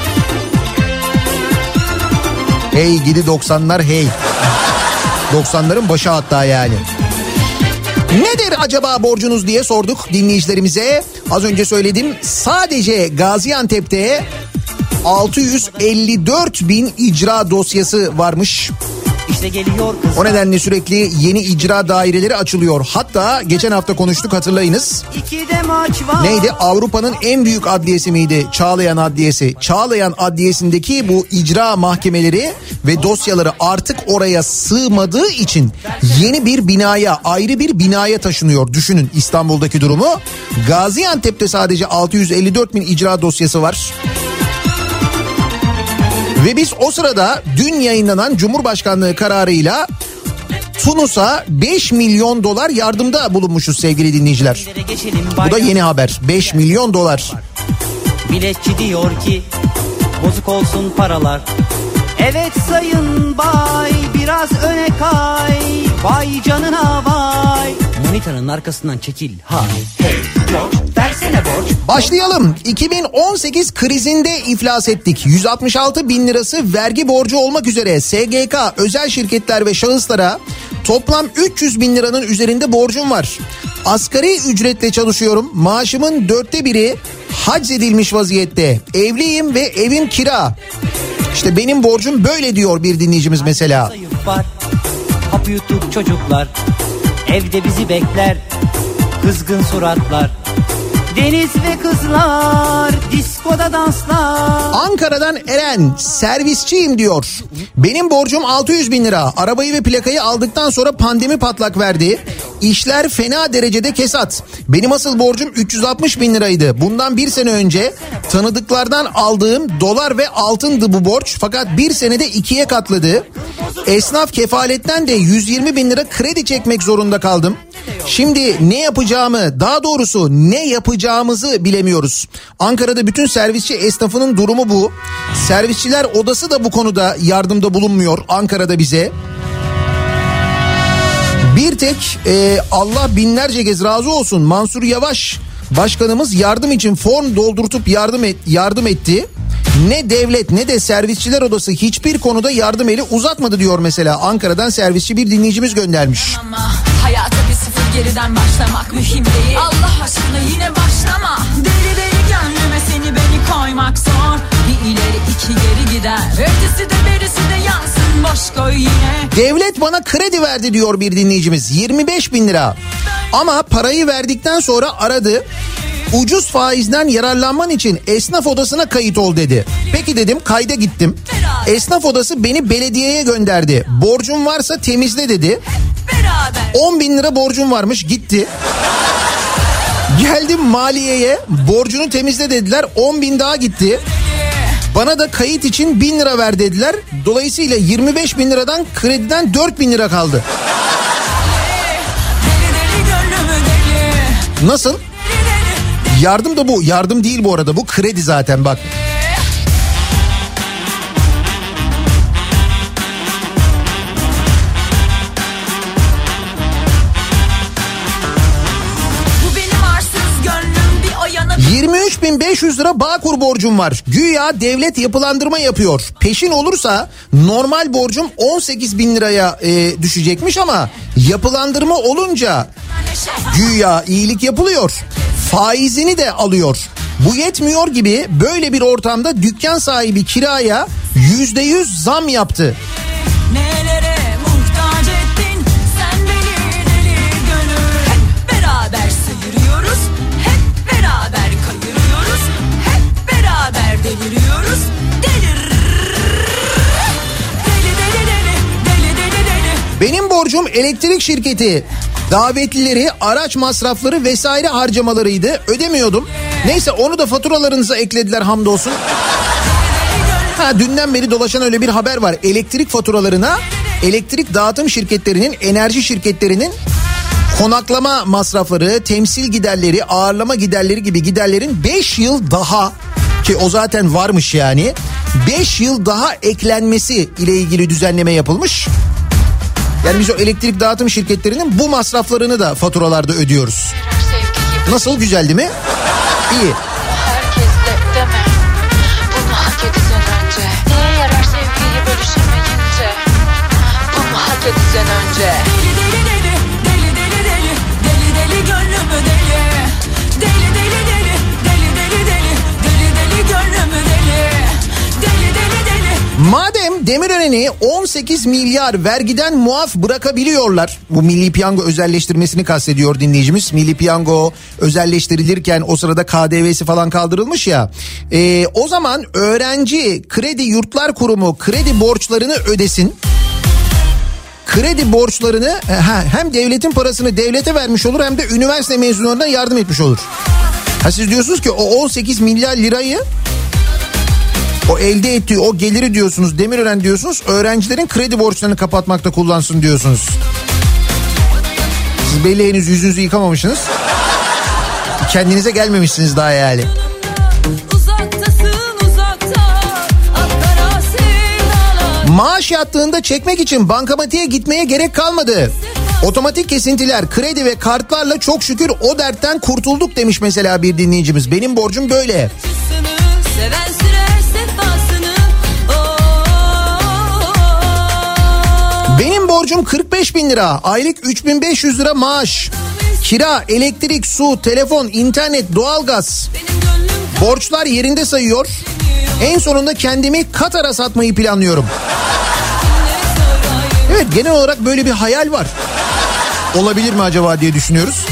Speaker 2: Hey gidi doksanlar hey. doksanların başı hatta yani. Nedir acaba borcunuz diye sorduk dinleyicilerimize. Az önce söyledim, sadece Gaziantep'te altı yüz elli dört bin icra dosyası varmış.
Speaker 8: İşte geliyor kız.
Speaker 2: O nedenle sürekli yeni icra daireleri açılıyor. Hatta geçen hafta konuştuk, hatırlayınız. Neydi? Avrupa'nın en büyük adliyesi miydi? Çağlayan Adliyesi. Çağlayan Adliyesi'ndeki bu icra mahkemeleri ve dosyaları artık oraya sığmadığı için yeni bir binaya, ayrı bir binaya taşınıyor. Düşünün İstanbul'daki durumu. Gaziantep'te sadece altı yüz elli dört bin icra dosyası var. Ve biz o sırada dün yayınlanan Cumhurbaşkanlığı kararıyla Tunus'a beş milyon dolar yardımda bulunmuşuz sevgili dinleyiciler. Bu da yeni haber. beş milyon dolar.
Speaker 8: Biletçi diyor ki bozuk olsun paralar. Evet sayın bay, biraz öne kay. Vay canına vay. Monitörün arkasından çekil ha. Hey George versene borç.
Speaker 2: Başlayalım. iki bin on sekiz krizinde iflas ettik. yüz altmış altı bin lirası vergi borcu olmak üzere S G K, özel şirketler ve şahıslara toplam üç yüz bin liranın üzerinde borcum var. Asgari ücretle çalışıyorum. Maaşımın dörtte biri haczedilmiş vaziyette. Evliyim ve evim kira. İşte benim borcum böyle diyor bir dinleyicimiz mesela.
Speaker 8: Hap yutuk çocuklar, evde bizi bekler kızgın suratlar. Deniz ve kızlar, diskoda danslar.
Speaker 2: Ankara'dan Eren, servisçiyim diyor. Benim borcum altı yüz bin lira. Arabayı ve plakayı aldıktan sonra pandemi patlak verdi. İşler fena derecede kesat. Benim asıl borcum üç yüz altmış bin liraydı. Bundan bir sene önce tanıdıklardan aldığım dolar ve altındı bu borç. Fakat bir senede ikiye katladı. Esnaf kefaletten de yüz yirmi bin lira kredi çekmek zorunda kaldım. Şimdi ne yapacağımı, daha doğrusu ne yapacağımızı bilemiyoruz. Ankara'da bütün servisçi esnafının durumu bu. Servisçiler odası da bu konuda yardımda bulunmuyor Ankara'da bize. Bir tek e, Allah binlerce kez razı olsun, Mansur Yavaş başkanımız yardım için form doldurtup yardım et, yardım etti. Ne devlet ne de servisçiler odası hiçbir konuda yardım eli uzatmadı diyor mesela. Ankara'dan servisçi bir dinleyicimiz göndermiş.
Speaker 6: Ama hayata bir sıfır geriden başlamak mühim değil. Allah aşkına yine başlama. Deli deli gönlüme seni beni koymak zor. Bir ileri iki geri gider. Ötesi de berisi de yansın, boş koy yine.
Speaker 2: Devlet bana kredi verdi diyor bir dinleyicimiz. yirmi beş bin lira. Ama parayı verdikten sonra aradı. Ucuz faizden yararlanman için esnaf odasına kayıt ol dedi. Peki dedim, kayda gittim. Esnaf odası beni belediyeye gönderdi. Borcum varsa temizle dedi. on bin lira borcum varmış, gitti. Geldim maliyeye, borcunu temizle dediler, on bin daha gitti. Bana da kayıt için bin lira ver dediler. Dolayısıyla yirmi beş bin liradan krediden dört bin lira kaldı. Nasıl? Yardım da bu. Yardım değil bu arada. Bu kredi zaten bak. yirmi üç bin beş yüz lira Bağkur borcum var. Güya devlet yapılandırma yapıyor. Peşin olursa normal borcum on sekiz bin liraya e, düşecekmiş ama yapılandırma olunca güya iyilik yapılıyor. Faizini de alıyor. Bu yetmiyor gibi böyle bir ortamda dükkan sahibi kiraya yüzde yüz zam yaptı.
Speaker 6: Nelere muhtaç ettin sen beni deli gönül. Hep beraber sıyırıyoruz, hep beraber kayırıyoruz, hep beraber deliriyoruz. Delir. Deli deli deli, deli deli deli.
Speaker 2: Benim borcum elektrik şirketi. Davetlileri, araç masrafları vesaire harcamalarıydı. Ödemiyordum. Neyse onu da faturalarınıza eklediler hamdolsun. Ha, dünden beri dolaşan öyle bir haber var. Elektrik faturalarına elektrik dağıtım şirketlerinin, enerji şirketlerinin konaklama masrafları, temsil giderleri, ağırlama giderleri gibi giderlerin beş yıl daha, ki o zaten varmış yani, beş yıl daha eklenmesi ile ilgili düzenleme yapılmış. Yani biz o elektrik dağıtım şirketlerinin bu masraflarını da faturalarda ödüyoruz. Nasıl, güzel değil mi? İyi.
Speaker 9: Herkesle deme, bunu hak edeceksin önce. Neye yarar sevgiyi bölüşemeyince? Bunu hak edeceksin önce.
Speaker 6: Deli deli deli, deli deli deli, deli deli gönlümü deli. Deli deli deli, deli deli deli, deli deli gönlümü deli. Deli deli deli.
Speaker 2: Madem Demirören'i on sekiz milyar vergiden muaf bırakabiliyorlar. Bu Milli Piyango özelleştirmesini kastediyor dinleyicimiz. Milli Piyango özelleştirilirken o sırada K D V'si falan kaldırılmış ya. Ee, o zaman öğrenci Kredi Yurtlar Kurumu kredi borçlarını ödesin. Kredi borçlarını hem devletin parasını devlete vermiş olur, hem de üniversite mezunlarına yardım etmiş olur. Ha, siz diyorsunuz ki o on sekiz milyar lirayı, o elde ettiği o geliri diyorsunuz, Demirören diyorsunuz, öğrencilerin kredi borçlarını kapatmakta kullansın diyorsunuz. Siz belli henüz yüzünüzü yıkamamışsınız. Kendinize gelmemişsiniz daha yani. Maaş yattığında çekmek için bankamatiğe gitmeye gerek kalmadı. Otomatik kesintiler, kredi ve kartlarla çok şükür o dertten kurtulduk demiş mesela bir dinleyicimiz. Benim borcum böyle. Benim borcum kırk beş bin lira. Aylık üç bin beş yüz lira maaş. Kira, elektrik, su, telefon, internet, doğalgaz. Borçlar yerinde sayıyor. En sonunda kendimi Katar'a satmayı planlıyorum. Evet, genel olarak böyle bir hayal var. Olabilir mi acaba diye düşünüyoruz.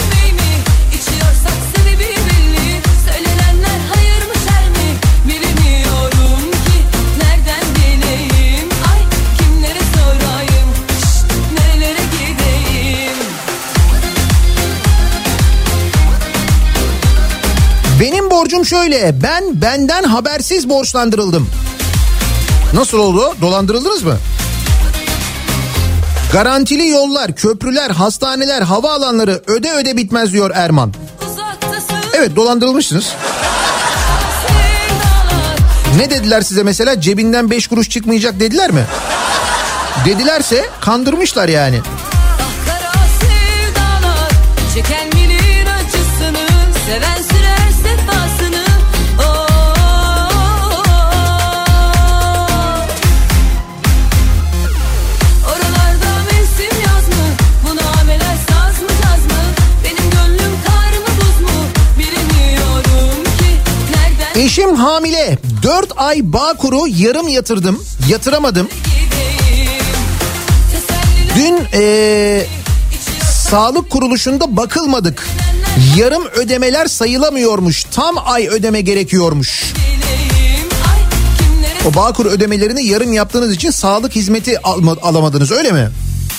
Speaker 2: Benim borcum şöyle. Ben benden habersiz borçlandırıldım. Nasıl oldu? Dolandırıldınız mı? Garantili yollar, köprüler, hastaneler, havaalanları öde öde bitmez diyor Erman. Evet, dolandırılmışsınız. Ne dediler size mesela? Cebinden beş kuruş çıkmayacak dediler mi? Dedilerse kandırmışlar yani. Eşim hamile. dört ay Bağkur'u yarım yatırdım. Yatıramadım. Dün ee, sağlık kuruluşunda bakılmadık. Yarım ödemeler sayılamıyormuş. Tam ay ödeme gerekiyormuş. O Bağkur ödemelerini yarım yaptığınız için sağlık hizmeti al- alamadınız, öyle mi?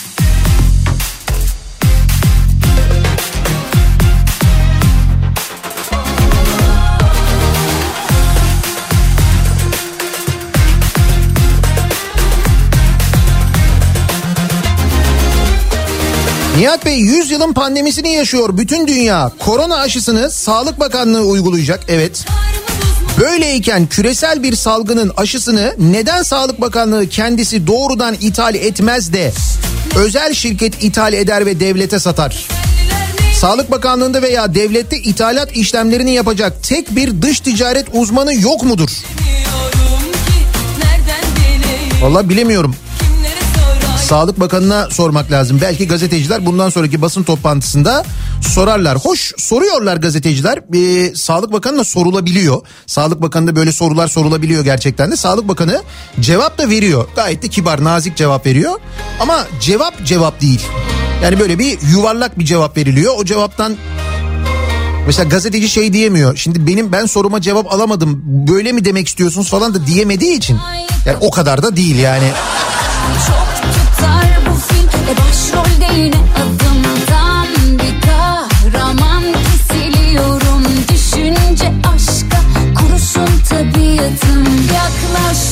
Speaker 2: Nihat Bey, yüz yılın pandemisini yaşıyor bütün dünya. Korona aşısını Sağlık Bakanlığı uygulayacak, evet. Böyleyken küresel bir salgının aşısını neden Sağlık Bakanlığı kendisi doğrudan ithal etmez de özel şirket ithal eder ve devlete satar? Sağlık Bakanlığı'nda veya devlette ithalat işlemlerini yapacak tek bir dış ticaret uzmanı yok mudur? Vallahi bilemiyorum. Sağlık Bakanı'na sormak lazım. Belki gazeteciler bundan sonraki basın toplantısında sorarlar. Hoş, soruyorlar gazeteciler. Ee, Sağlık Bakanı'na sorulabiliyor. Sağlık Bakanı'na böyle sorular sorulabiliyor gerçekten de. Sağlık Bakanı cevap da veriyor. Gayet de kibar, nazik cevap veriyor. Ama cevap cevap değil. Yani böyle bir yuvarlak bir cevap veriliyor. O cevaptan mesela gazeteci şey diyemiyor. Şimdi benim ben soruma cevap alamadım. Böyle mi demek istiyorsunuz falan da diyemediği için. Yani o kadar da değil yani.
Speaker 10: Bu film e başrolde yine adımdan bir kahraman kesiliyorum. Düşünce aşka kurusun tabiatım, yaklaş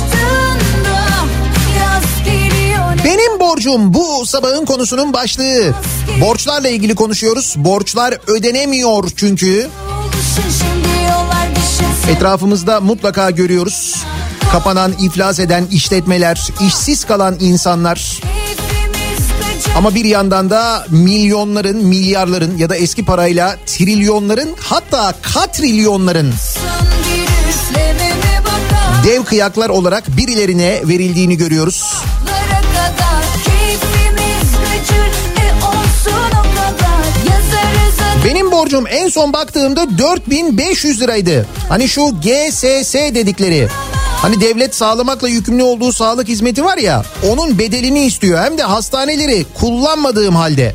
Speaker 2: sabahın konusunun başlığı. Borçlarla ilgili konuşuyoruz. Borçlar ödenemiyor çünkü. Etrafımızda mutlaka görüyoruz. Kapanan, iflas eden işletmeler, işsiz kalan insanlar. Ama bir yandan da milyonların, milyarların ya da eski parayla trilyonların, hatta katrilyonların dev kıyaklar olarak birilerine verildiğini görüyoruz. Benim borcum en son baktığımda dört bin beş yüz liraydı. Hani şu G S S dedikleri, hani devlet sağlamakla yükümlü olduğu sağlık hizmeti var ya, onun bedelini istiyor. Hem de hastaneleri kullanmadığım halde.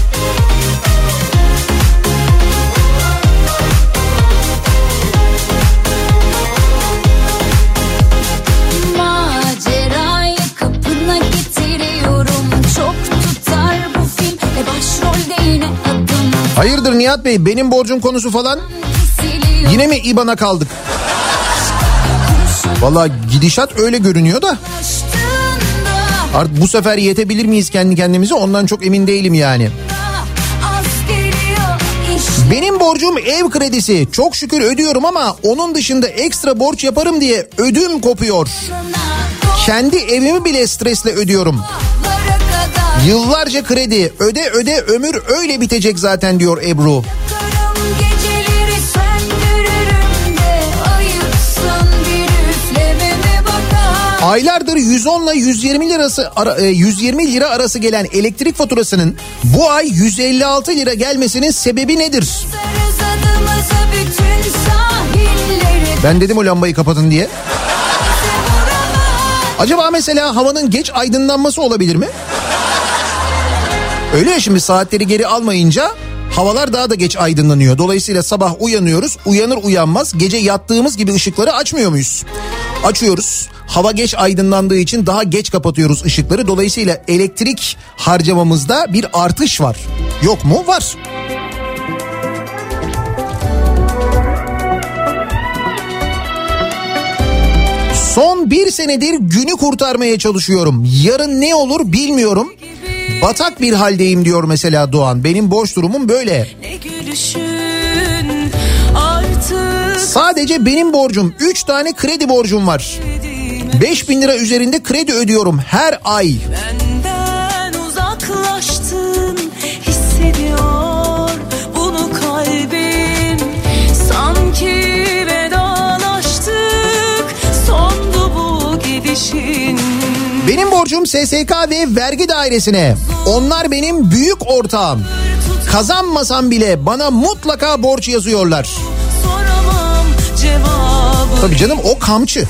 Speaker 10: Macerayı kapına getiriyorum. Çok tutar bu film. E başrolde yine adım.
Speaker 2: Hayırdır Nihat Bey, benim borcum konusu falan? Yine mi İ B A N''a kaldık? Valla gidişat öyle görünüyor da. Artık bu sefer yetebilir miyiz kendi kendimize, ondan çok emin değilim yani. Benim borcum ev kredisi. Çok şükür ödüyorum ama onun dışında ekstra borç yaparım diye ödüm kopuyor. Kendi evimi bile stresle ödüyorum. Yıllarca kredi öde öde ömür öyle bitecek zaten diyor Ebru. Aylardır yüz on ile yüz yirmi lirası yüz yirmi lira arası gelen elektrik faturasının bu ay yüz elli altı lira gelmesinin sebebi nedir? Ben dedim o lambayı kapatın diye. Acaba mesela havanın geç aydınlanması olabilir mi? Öyle ya, şimdi saatleri geri almayınca havalar daha da geç aydınlanıyor. Dolayısıyla sabah uyanıyoruz, uyanır uyanmaz gece yattığımız gibi ışıkları açmıyor muyuz? Açıyoruz. Hava geç aydınlandığı için daha geç kapatıyoruz ışıkları. Dolayısıyla elektrik harcamamızda bir artış var. Yok mu? Var. Son bir senedir günü kurtarmaya çalışıyorum. Yarın ne olur bilmiyorum. Batak bir haldeyim diyor mesela Doğan. Benim borç durumum böyle. Sadece benim borcum, üç tane kredi borcum var. beş bin lira üzerinde kredi ödüyorum her ay.
Speaker 7: Benden uzaklaştın, hissediyor bunu kalbim. Sanki vedalaştık, sondu bu gidişin.
Speaker 2: Benim borcum S S K ve vergi dairesine. Onlar benim büyük ortağım. Kazanmasam bile bana mutlaka borç yazıyorlar.
Speaker 7: Soramam cevabı.
Speaker 2: Tabii canım, o kamçı.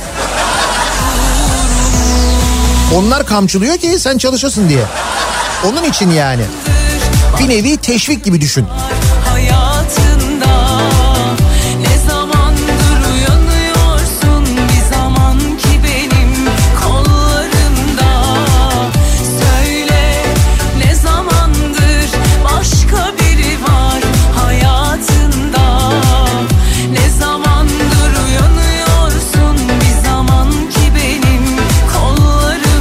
Speaker 2: Onlar kamçılıyor ki sen çalışasın diye. Onun için yani. Bir nevi teşvik gibi düşün.
Speaker 7: Hayatında ne zamandır uyanıyorsun, bir zaman ki benim kollarımda. Söyle, ne zamandır başka biri var hayatında. Ne zamandır uyanıyorsun, bir zaman ki benim kollarımda.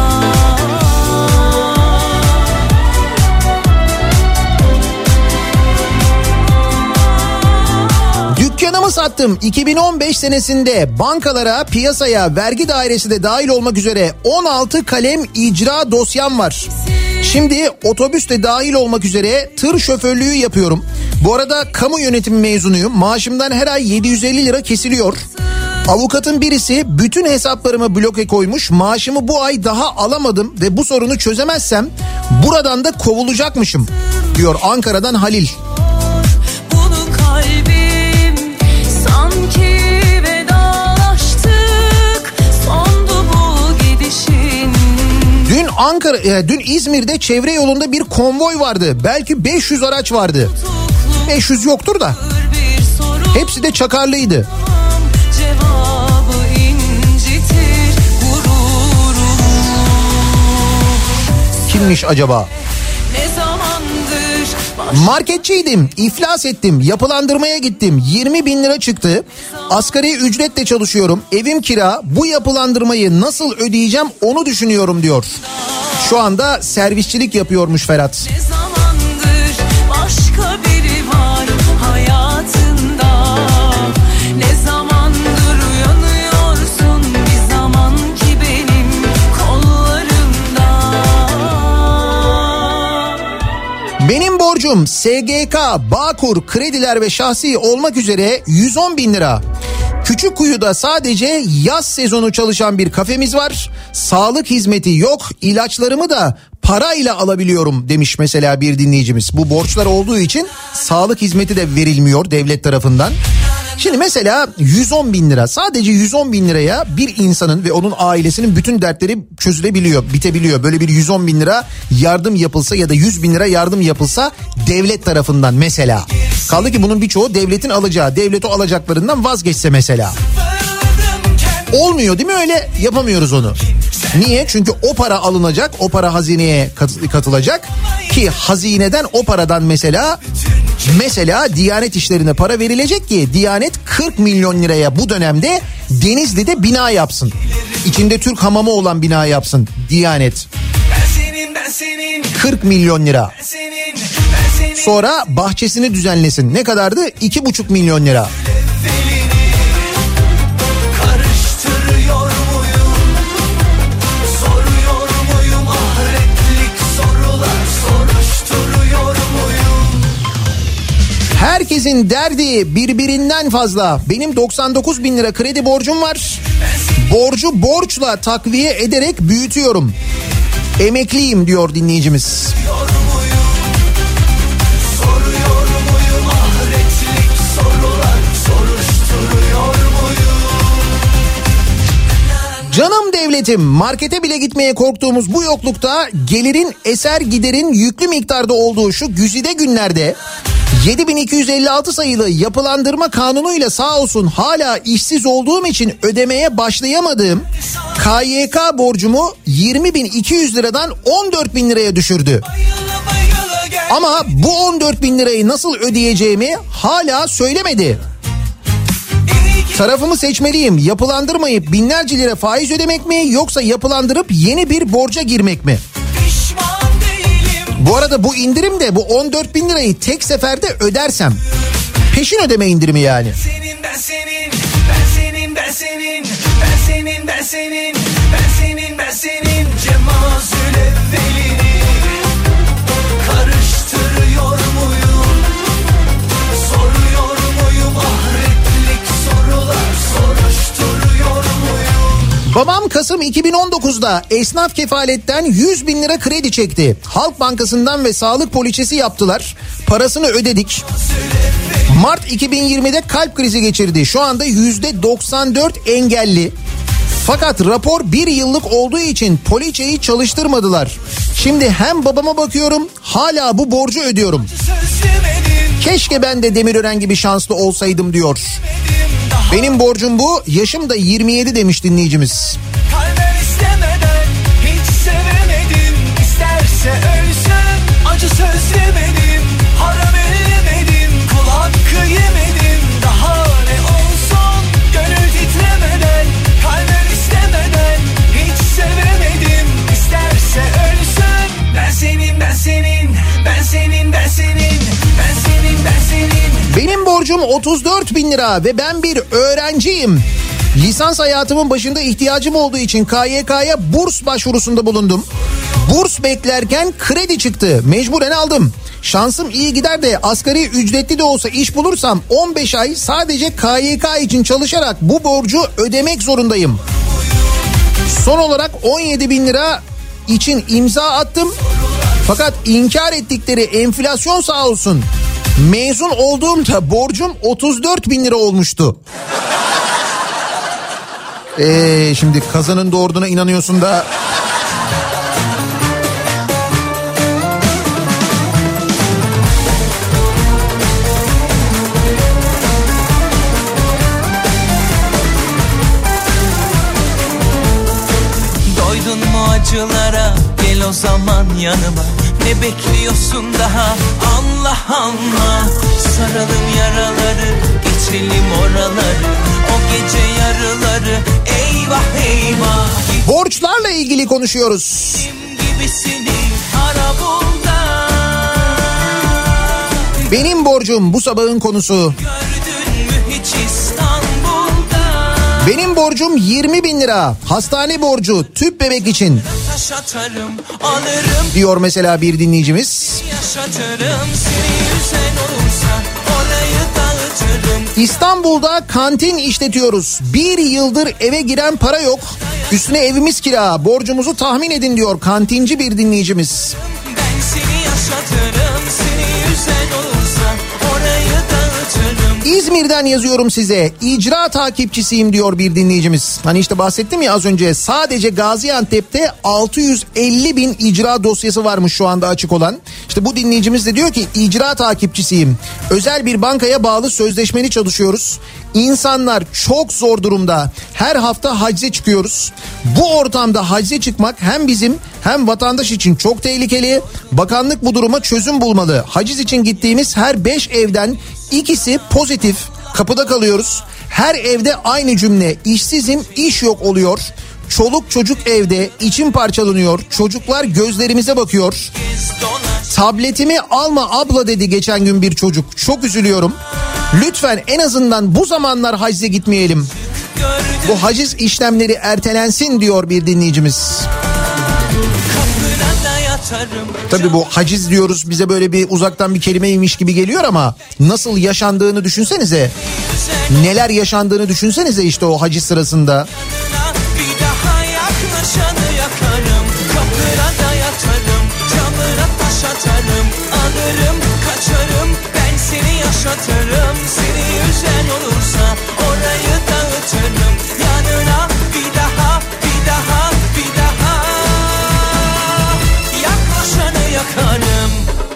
Speaker 2: Dükkanımı sattım. iki bin on beş senesinde bankalara, piyasaya, vergi dairesi de dahil olmak üzere on altı kalem icra dosyam var. Şimdi otobüs de dahil olmak üzere tır şoförlüğü yapıyorum. Bu arada kamu yönetimi mezunuyum. Maaşımdan her ay yedi yüz elli lira kesiliyor. Avukatın birisi bütün hesaplarımı bloke koymuş. Maaşımı bu ay daha alamadım ve bu sorunu çözemezsem buradan da kovulacakmışım diyor Ankara'dan Halil.
Speaker 7: Bunu kalbim sanki vedalaştık, sondu bu gidişin.
Speaker 2: Dün Ankara, e, dün İzmir'de çevre yolunda bir konvoy vardı. Belki beş yüz araç vardı. beş yüz yoktur da. Hepsi de çakarlıydı.
Speaker 7: Cevabı incitir gururumu.
Speaker 2: Kimmiş acaba?
Speaker 7: Ne zamandır
Speaker 2: Marketçiydim, iflas ettim, yapılandırmaya gittim, yirmi bin lira çıktı. Asgari ücretle çalışıyorum, evim kira, bu yapılandırmayı nasıl ödeyeceğim onu düşünüyorum diyor. Şu anda servisçilik yapıyormuş Ferhat.
Speaker 7: Ne zamandır başka biri var hayatında. Ne zamandır uyanıyorsun bir zaman ki benim kollarımda.
Speaker 2: Benim borcum S G K, Bağkur, krediler ve şahsi olmak üzere yüz on bin lira. Küçükkuyu'da sadece yaz sezonu çalışan bir kafemiz var. Sağlık hizmeti yok. İlaçlarımı da parayla alabiliyorum demiş mesela bir dinleyicimiz. Bu borçlar olduğu için sağlık hizmeti de verilmiyor devlet tarafından. Şimdi mesela yüz on bin lira, sadece yüz on bin liraya bir insanın ve onun ailesinin bütün dertleri çözülebiliyor, bitebiliyor. Böyle bir yüz on bin lira yardım yapılsa ya da yüz bin lira yardım yapılsa devlet tarafından mesela. Kaldı ki bunun birçoğu devletin alacağı, devlet o alacaklarından vazgeçse mesela. Olmuyor değil mi, öyle yapamıyoruz onu. Niye? Çünkü o para alınacak, o para hazineye katılacak ki hazineden o paradan mesela mesela Diyanet işlerine para verilecek ki Diyanet kırk milyon liraya bu dönemde Denizli'de bina yapsın. İçinde Türk hamamı olan bina yapsın Diyanet. kırk milyon lira. Sonra bahçesini düzenlesin. Ne kadardı? iki buçuk milyon lira. Herkesin derdi birbirinden fazla. Benim doksan dokuz bin lira kredi borcum var. Borcu borçla takviye ederek büyütüyorum. Emekliyim diyor dinleyicimiz. Canım devletim, markete bile gitmeye korktuğumuz bu yoklukta gelirin eser giderin yüklü miktarda olduğu şu güzide günlerde yedi bin iki yüz elli altı sayılı yapılandırma kanunuyla sağ olsun hala işsiz olduğum için ödemeye başlayamadığım K Y K borcumu yirmi bin iki yüz liradan on dört bin liraya düşürdü. Ama bu on dört bin lirayı nasıl ödeyeceğimi hala söylemedi. Tarafımı seçmeliyim. Yapılandırmayıp binlerce lira faiz ödemek mi, yoksa yapılandırıp yeni bir borca girmek mi? Bu arada bu indirim de bu on dört bin lirayı tek seferde ödersem. Peşin ödeme indirimi yani.
Speaker 11: Senin ben senin, ben senin ben senin, ben senin ben senin, ben senin ben senin Cemazül evvelini karıştırıyor muyum? Soruyor muyum ahretlik sorular soruşturuyor muyum?
Speaker 2: Babam Kasım iki bin on dokuzda esnaf kefaletten yüz bin lira kredi çekti. Halk Bankası'ndan ve sağlık poliçesi yaptılar. Parasını ödedik. Mart iki bin yirmide kalp krizi geçirdi. Şu anda yüzde doksan dört engelli. Fakat rapor bir yıllık olduğu için poliçeyi çalıştırmadılar. Şimdi hem babama bakıyorum, hala bu borcu ödüyorum. Keşke ben de Demirören gibi şanslı olsaydım diyor. Benim borcum bu, yaşım da yirmi yedi demiş dinleyicimiz.
Speaker 11: Kalben istemeden hiç sevemedim, isterse ölsün, acı söz yemedim, haram ellemedim, kul hakkı yemedim, daha ne olsun gönül titremeden, kalben istemeden hiç sevemedim, isterse ölsün. Ben senin ben senin, ben senin ben senin, ben senin ben senin.
Speaker 2: Benim borcum otuz dört bin lira ve ben bir öğrenciyim. Lisans hayatımın başında ihtiyacım olduğu için K Y K'ya burs başvurusunda bulundum. Burs beklerken kredi çıktı. Mecburen aldım. Şansım iyi gider de asgari ücretli de olsa iş bulursam on beş ay sadece K Y K için çalışarak bu borcu ödemek zorundayım. Son olarak on yedi bin lira için imza attım. Fakat inkar ettikleri enflasyon sağ olsun. Mezun olduğumda borcum otuz dört bin lira olmuştu. Ee, şimdi kazanın doğurduğuna inanıyorsun da...
Speaker 11: Doydun mu acılara, gel o zaman yanıma. Ne bekliyorsun daha, anla anla. Saralım yaraları, geçelim oraları, o gece yarıları, eyvah eyvah.
Speaker 2: Borçlarla ilgili konuşuyoruz.
Speaker 11: gerisini ara bulda.
Speaker 2: Benim borcum bu sabahın konusu.
Speaker 11: Gördün mü hiç İstanbul'da?
Speaker 2: Benim borcum yirmi bin lira. Hastane borcu tüp bebek için.
Speaker 11: Taş atarım, alırım,
Speaker 2: diyor mesela bir dinleyicimiz.
Speaker 11: yaşatırım, seni yüzen olursa orayı dağıtırım.
Speaker 2: İstanbul'da kantin işletiyoruz. Bir yıldır eve giren para yok. Üstüne evimiz kira. Borcumuzu tahmin edin diyor kantinci bir dinleyicimiz.
Speaker 11: Ben seni yaşatırım, seni yüzen olursa orayı dağıtırım.
Speaker 2: İzmir'den yazıyorum size. İcra takipçisiyim diyor bir dinleyicimiz. Hani işte bahsettim ya az önce, sadece Gaziantep'te altı yüz elli bin icra dosyası varmış şu anda açık olan. İşte bu dinleyicimiz de diyor ki icra takipçisiyim. Özel bir bankaya bağlı sözleşmeli çalışıyoruz. İnsanlar çok zor durumda. Her hafta hacize çıkıyoruz. Bu ortamda hacize çıkmak hem bizim hem vatandaş için çok tehlikeli. Bakanlık bu duruma çözüm bulmalı. Haciz için gittiğimiz her beş evden ikisi pozitif. Kapıda kalıyoruz. Her evde aynı cümle: işsizim, iş yok oluyor. Çoluk çocuk evde, içim parçalanıyor. Çocuklar gözlerimize bakıyor. Tabletimi alma abla dedi geçen gün bir çocuk. Çok üzülüyorum. Lütfen en azından bu zamanlar hacize gitmeyelim. Bu haciz işlemleri ertelensin diyor bir dinleyicimiz. Tabii bu haciz diyoruz, bize böyle bir uzaktan bir kelimeymiş gibi geliyor ama nasıl yaşandığını düşünsenize. Neler yaşandığını düşünsenize işte o haciz sırasında.
Speaker 11: Bir daha yaklaşanı yakarım, kapına da yatarım, camına taş atarım, alırım kaçarım, ben seni yaşatırım, seni yüzen olursa orayı dağıtırım, yanına bir daha bir daha bir daha yaklaşanı yakarım.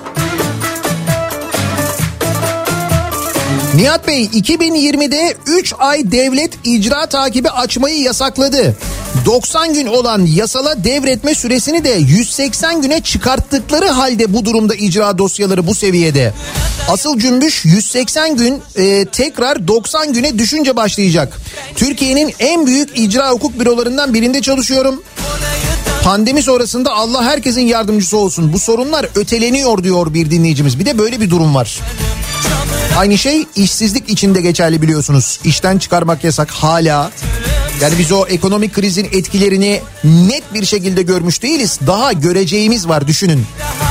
Speaker 2: Nihat Bey, iki bin yirmide üç ay devlet icra takibi açmayı yasakladı. doksan gün olan yasala devretme süresini de yüz seksen güne çıkarttıkları halde bu durumda icra dosyaları bu seviyede. Asıl cümbüş yüz seksen gün e, tekrar doksan güne düşünce başlayacak. Türkiye'nin en büyük icra hukuk bürolarından birinde çalışıyorum. Pandemi sonrasında Allah herkesin yardımcısı olsun. Bu sorunlar öteleniyor diyor bir dinleyicimiz. Bir de böyle bir durum var. Aynı şey işsizlik için de geçerli biliyorsunuz. İşten çıkarmak yasak hala. Yani biz o ekonomik krizin etkilerini net bir şekilde görmüş değiliz. Daha göreceğimiz var, düşünün.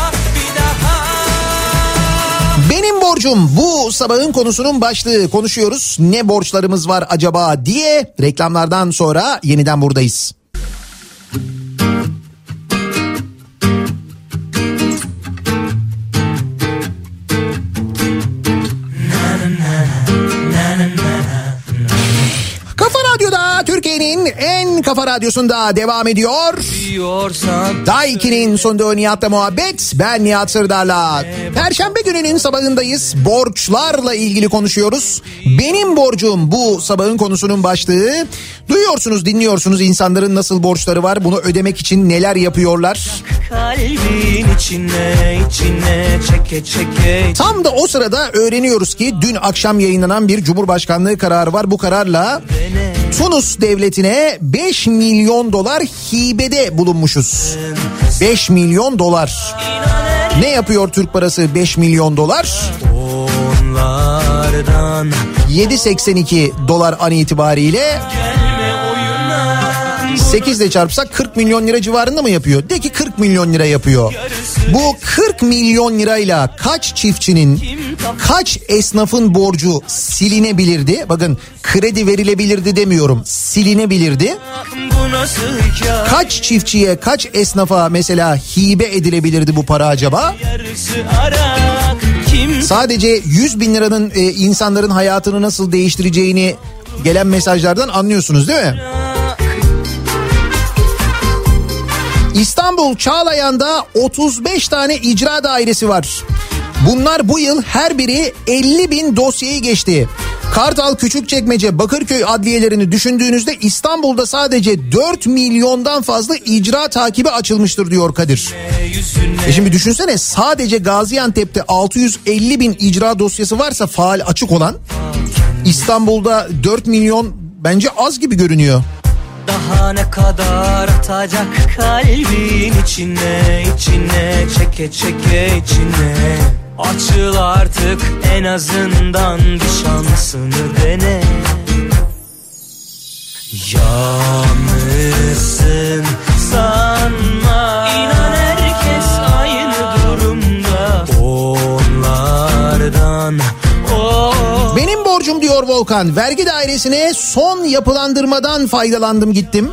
Speaker 2: Benim borcum bu sabahın konusunun başlığı. Konuşuyoruz. Ne borçlarımız var acaba diye. Reklamlardan sonra yeniden buradayız. Türkiye'nin en kafa radyosunda devam ediyor. Daiki'nin sunduğu Nihat'la muhabbet. Ben Nihat Sırdar'la. Perşembe gününün sabahındayız. Borçlarla ilgili konuşuyoruz. Benim borcum bu sabahın konusunun başlığı. Duyuyorsunuz, dinliyorsunuz insanların nasıl borçları var. Bunu ödemek için neler yapıyorlar.
Speaker 11: Kalbin içine içine çeke çeke.
Speaker 2: Tam da o sırada öğreniyoruz ki dün akşam yayınlanan bir Cumhurbaşkanlığı kararı var. Bu kararla Tunus devletine beş milyon dolar hibede bulunmuşuz. beş milyon dolar. Ne yapıyor Türk parası beş milyon dolar? yedi seksen iki dolar an itibariyle. sekiz ile çarpsak kırk milyon lira civarında mı yapıyor? De ki kırk milyon lira yapıyor. Bu kırk milyon lirayla kaç çiftçinin, kaç esnafın borcu silinebilirdi? Bakın, kredi verilebilirdi demiyorum, silinebilirdi. Kaç çiftçiye, kaç esnafa mesela hibe edilebilirdi bu para acaba? Sadece yüz bin liranın e, insanların hayatını nasıl değiştireceğini gelen mesajlardan anlıyorsunuz değil mi? İstanbul Çağlayan'da otuz beş tane icra dairesi var. Bunlar bu yıl her biri elli bin dosyayı geçti. Kartal, Küçükçekmece, Bakırköy adliyelerini düşündüğünüzde İstanbul'da sadece dört milyondan fazla icra takibi açılmıştır diyor Kadir. E şimdi düşünsene, sadece Gaziantep'te altı yüz elli bin icra dosyası varsa faal açık olan, İstanbul'da dört milyon bence az gibi görünüyor.
Speaker 11: Daha ne kadar atacak kalbin içine, içine çeke çeke içine. Açıl artık, en azından bir şansını dene. Yalnızsın sanma, İnan herkes aynı durumda. Onlardan oh.
Speaker 2: Benim borcum diyor Volkan. Vergi dairesine son yapılandırmadan faydalandım gittim.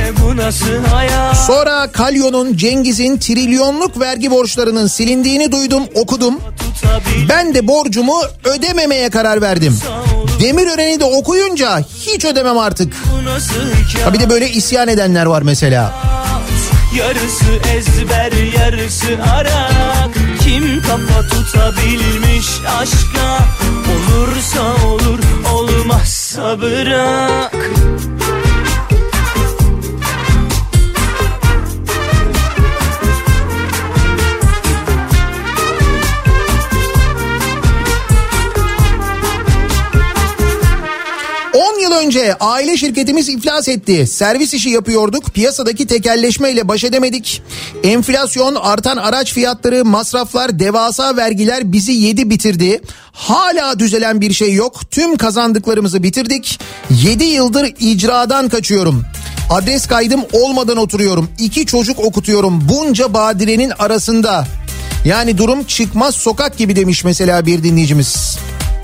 Speaker 2: Sonra Kalyon'un, Cengiz'in trilyonluk vergi borçlarının silindiğini duydum, okudum. Ben de borcumu ödememeye karar verdim. Demirören'i de okuyunca hiç ödemem artık. Ha bir de böyle isyan edenler var mesela.
Speaker 11: Yarısı ezber, yarısı arak. Kim kafa tutabilmiş aşka? Olursa olur, olmazsa bırak.
Speaker 2: on yıl önce aile şirketimiz iflas etti. Servis işi yapıyorduk. Piyasadaki tekelleşmeyle baş edemedik. Enflasyon, artan araç fiyatları, masraflar, devasa vergiler bizi yedi bitirdi. Hala düzelen bir şey yok. Tüm kazandıklarımızı bitirdik. yedi yıldır icradan kaçıyorum. Adres kaydım olmadan oturuyorum. İki çocuk okutuyorum. Bunca badirenin arasında. Yani durum çıkmaz sokak gibi demiş mesela bir dinleyicimiz.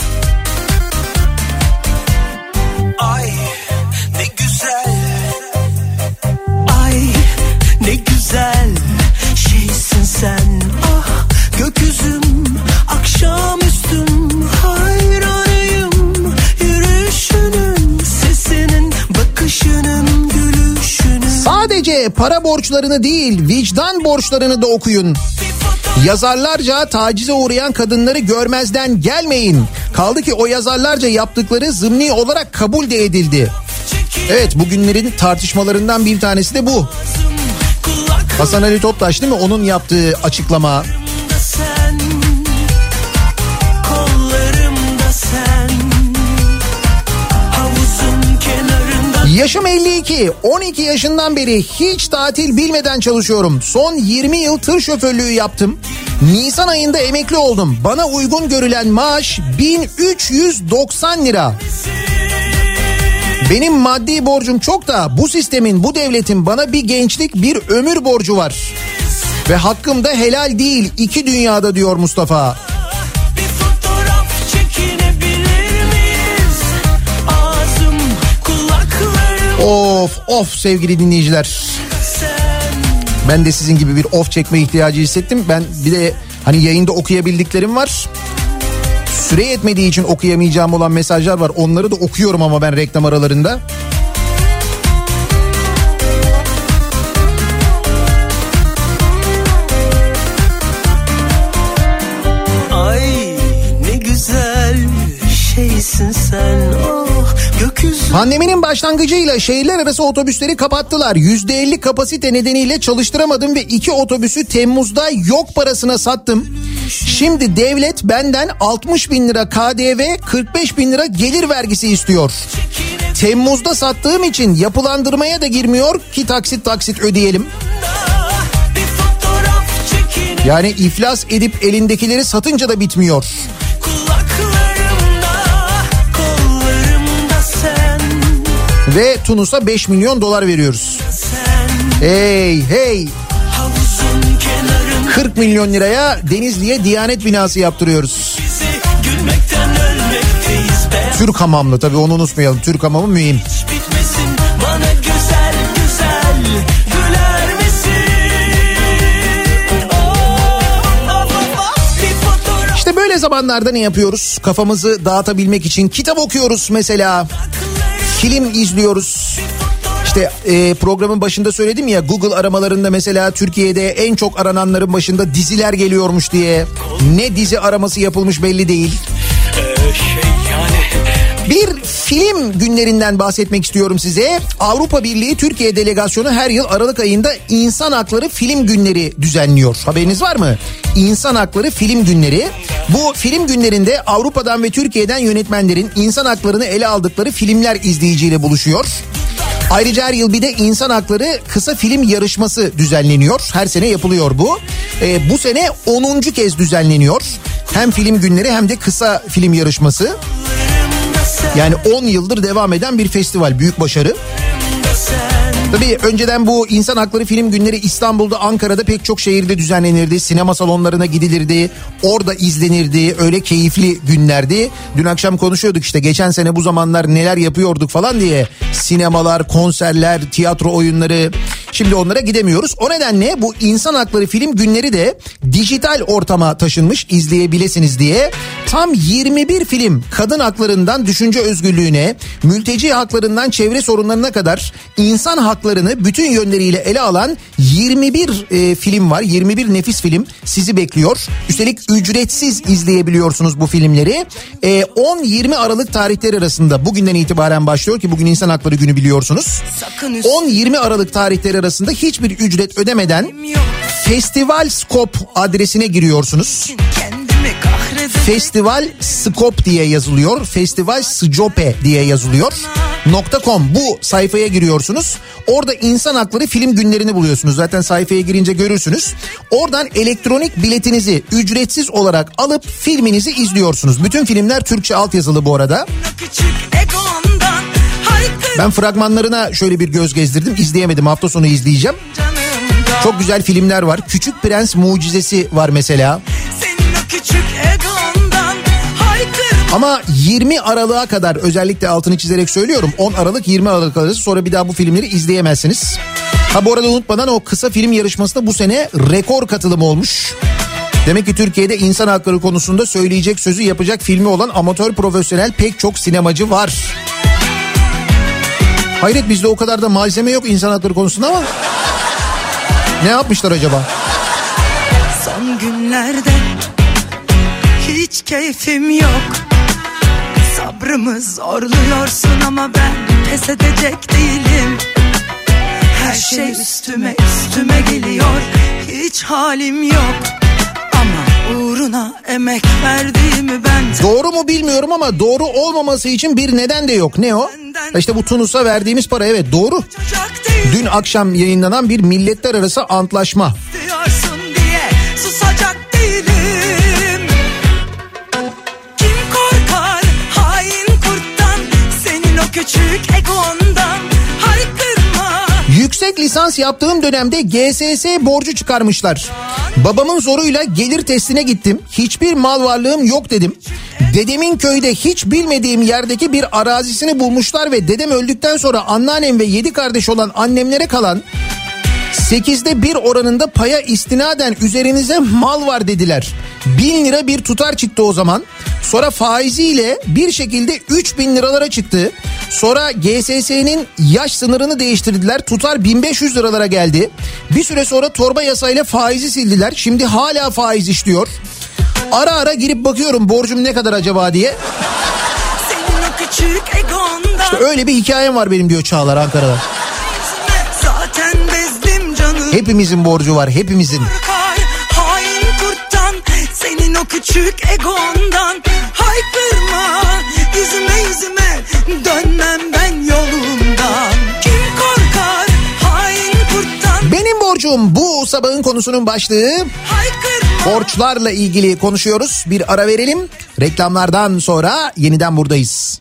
Speaker 11: Ay ne güzel, ay ne güzel şeysin sen. Ah gökyüzüm, akşamüstüm, hayranıyım yürüyüşünün, sesinin, bakışının, gülüşünün.
Speaker 2: Sadece para borçlarını değil, vicdan borçlarını da okuyun. Yazarlarca tacize uğrayan kadınları görmezden gelmeyin. Kaldı ki o yazarlarca yaptıkları zımni olarak kabul de edildi. Evet, bugünlerin tartışmalarından bir tanesi de bu. Hasan Ali Toptaş değil mi? Onun yaptığı açıklama. Yaşım elli iki, on iki yaşından beri hiç tatil bilmeden çalışıyorum. Son yirmi yıl tır şoförlüğü yaptım. Nisan ayında emekli oldum. Bana uygun görülen maaş bin üç yüz doksan lira. Benim maddi borcum çok da bu sistemin, bu devletin bana bir gençlik, bir ömür borcu var. Ve hakkım da helal değil iki dünyada diyor Mustafa. Of of sevgili dinleyiciler. Ben de sizin gibi bir of çekme ihtiyacı hissettim. Ben bir de hani yayında okuyabildiklerim var. Süre yetmediği için okuyamayacağım olan mesajlar var. Onları da okuyorum ama ben reklam aralarında.
Speaker 11: Ay ne güzel şeysin sen. Oh gökyüzü.
Speaker 2: Pandeminin başlangıcıyla şehirler arası otobüsleri kapattılar. yüzde elli kapasite nedeniyle çalıştıramadım ve iki otobüsü Temmuz'da yok parasına sattım. Şimdi devlet benden altmış bin lira K D V, kırk beş bin lira gelir vergisi istiyor. Temmuz'da sattığım için yapılandırmaya da girmiyor ki taksit taksit ödeyelim. Yani iflas edip elindekileri satınca da bitmiyor. Ve Tunus'a beş milyon dolar veriyoruz. Hey hey. kırk milyon liraya Denizli'ye Diyanet binası yaptırıyoruz. Türk hamamlı, tabii onu unutmayalım. Türk hamamı mühim.
Speaker 11: Bana güzel güzel güler misin?
Speaker 2: İşte böyle zamanlarda ne yapıyoruz? Kafamızı dağıtabilmek için kitap okuyoruz mesela. Film izliyoruz. İşte e, programın başında söyledim ya, Google aramalarında mesela Türkiye'de en çok arananların başında diziler geliyormuş diye. Ne dizi araması yapılmış belli değil.
Speaker 11: Ee, şey yani...
Speaker 2: Bir film günlerinden bahsetmek istiyorum size. Avrupa Birliği Türkiye Delegasyonu her yıl Aralık ayında İnsan Hakları Film Günleri düzenliyor. Haberiniz var mı? İnsan Hakları Film Günleri. Bu film günlerinde Avrupa'dan ve Türkiye'den yönetmenlerin insan haklarını ele aldıkları filmler izleyiciyle buluşuyor. Ayrıca her yıl bir de insan hakları kısa film yarışması düzenleniyor. Her sene yapılıyor bu. Ee, bu sene onuncu kez düzenleniyor. Hem film günleri hem de kısa film yarışması. Yani on yıldır devam eden bir festival, büyük başarı. Tabii önceden bu insan hakları film günleri İstanbul'da, Ankara'da pek çok şehirde düzenlenirdi. Sinema salonlarına gidilirdi, orada izlenirdi. Öyle keyifli günlerdi. Dün akşam konuşuyorduk işte, geçen sene bu zamanlar neler yapıyorduk falan diye. Sinemalar, konserler, tiyatro oyunları. Şimdi onlara gidemiyoruz. O nedenle bu insan hakları film günleri de dijital ortama taşınmış, izleyebilirsiniz diye. Tam yirmi bir film, kadın haklarından düşünce özgürlüğüne, mülteci haklarından çevre sorunlarına kadar insan haklarını bütün yönleriyle ele alan yirmi bir e, film var. yirmi bir nefis film sizi bekliyor. Üstelik ücretsiz izleyebiliyorsunuz bu filmleri. E, on yirmi Aralık tarihleri arasında, bugünden itibaren başlıyor ki bugün İnsan Hakları Günü biliyorsunuz. on yirmi Aralık tarihleri arasında hiçbir ücret ödemeden Festival Scope adresine giriyorsunuz. Festival Scope diye yazılıyor. Festival Scope diye yazılıyor. .com bu sayfaya giriyorsunuz. Orada insan hakları film günlerini buluyorsunuz. Zaten sayfaya girince görürsünüz. Oradan elektronik biletinizi ücretsiz olarak alıp filminizi izliyorsunuz. Bütün filmler Türkçe altyazılı bu arada. Ben fragmanlarına şöyle bir göz gezdirdim. İzleyemedim, hafta sonu izleyeceğim. Çok güzel filmler var. Küçük Prens Mucizesi var mesela. Ama yirmi Aralık'a kadar, özellikle altını çizerek söylüyorum, on Aralık yirmi Aralık arası, sonra bir daha bu filmleri izleyemezsiniz. Ha bu arada unutmadan, o kısa film yarışmasında bu sene rekor katılım olmuş. Demek ki Türkiye'de insan hakları konusunda söyleyecek sözü yapacak filmi olan amatör profesyonel pek çok sinemacı var. Hayret, bizde o kadar da malzeme yok insan hakları konusunda ama ne yapmışlar acaba?
Speaker 7: Son günlerde hiç keyfim yok. Sabrımı zorluyorsun ama ben pes edecek değilim. Her şey üstüme üstüme geliyor. Hiç halim yok. Ama uğruna emek verdiğimi ben...
Speaker 2: Doğru mu bilmiyorum ama doğru olmaması için bir neden de yok. Ne o? İşte bu Tunus'a verdiğimiz para, evet doğru. Dün akşam yayınlanan bir milletler arası antlaşma.
Speaker 7: Diyorsun diye susacak değilim. Kim korkar hain kurttan, senin o küçük egondan, haykırma.
Speaker 2: Yüksek lisans yaptığım dönemde G S S borcu çıkarmışlar. Babamın zoruyla gelir testine gittim. Hiçbir mal varlığım yok dedim. Dedemin köyde hiç bilmediğim yerdeki bir arazisini bulmuşlar ve dedem öldükten sonra anneannem ve yedi kardeş olan annemlere kalan sekizde bir oranında paya istinaden üzerinize mal var dediler. Bin lira bir tutar çıktı o zaman. Sonra faiziyle bir şekilde üç bin liralara çıktı. Sonra G S S'nin yaş sınırını değiştirdiler. Tutar bin beş yüz liralara geldi. Bir süre sonra torba yasayla faizi sildiler. Şimdi hala faiz işliyor. Ara ara girip bakıyorum borcum ne kadar acaba diye. İşte öyle bir hikayem var benim diyor Çağlar Ankara'da.
Speaker 7: Zaten bezdim canım.
Speaker 2: Hepimizin borcu var, hepimizin.
Speaker 7: Hain kurttan, senin o küçük egondan, haykırma yüzüme yüzüme, dönmem ben yolumdan. Kim korkar hain kurttan?
Speaker 2: Benim borcum bu sabahın konusunun başlığı.
Speaker 7: Haykırma.
Speaker 2: Borçlarla ilgili konuşuyoruz. Bir ara verelim. Reklamlardan sonra yeniden buradayız.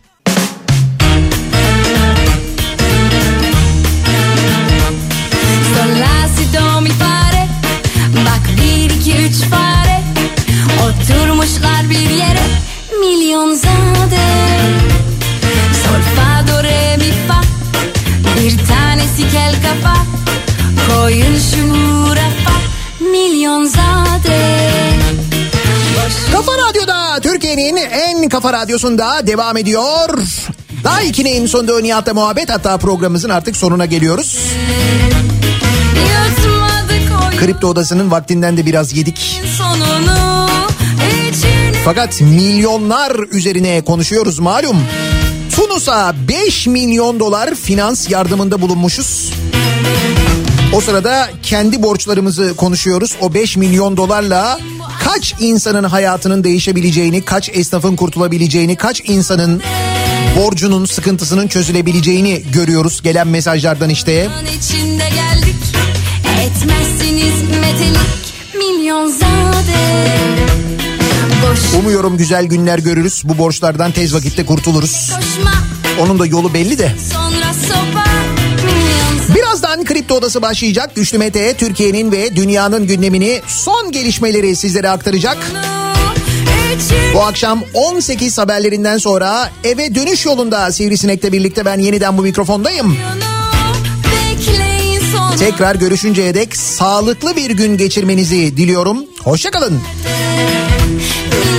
Speaker 10: Bak bir iki üç fare oturmuşlar bir yere, milyonzade. Sol fa do re mi fa, bir tanesi kel kafa, koyun şunu rafa, milyonzade.
Speaker 2: Kafa Radyo'da, Türkiye'nin en kafa radyosunda devam ediyor. Daha ikinin sonunda Nihat'la muhabbet, hatta programımızın artık sonuna geliyoruz. Kripto Odası'nın vaktinden de biraz yedik. Fakat milyonlar üzerine konuşuyoruz malum. Tunus'a beş milyon dolar finans yardımında bulunmuşuz. O sırada kendi borçlarımızı konuşuyoruz. O beş milyon dolarla kaç insanın hayatının değişebileceğini, kaç esnafın kurtulabileceğini, kaç insanın borcunun, sıkıntısının çözülebileceğini görüyoruz gelen mesajlardan işte.
Speaker 10: İçinde geldik, etmezsiniz metelik milyonzade. Boş
Speaker 2: Umuyorum güzel günler görürüz. Bu borçlardan tez vakitte kurtuluruz.
Speaker 10: koşma,
Speaker 2: Onun da yolu belli de.
Speaker 10: sonra sopa milyonzade.
Speaker 2: Birazdan Kripto Odası başlayacak. Güçlü Mete Türkiye'nin ve dünyanın gündemini, son gelişmeleri sizlere aktaracak. Bu akşam on sekiz haberlerinden sonra eve dönüş yolunda Sivrisinek'le birlikte ben yeniden bu mikrofondayım. Tekrar görüşünceye dek sağlıklı bir gün geçirmenizi diliyorum. Hoşça kalın.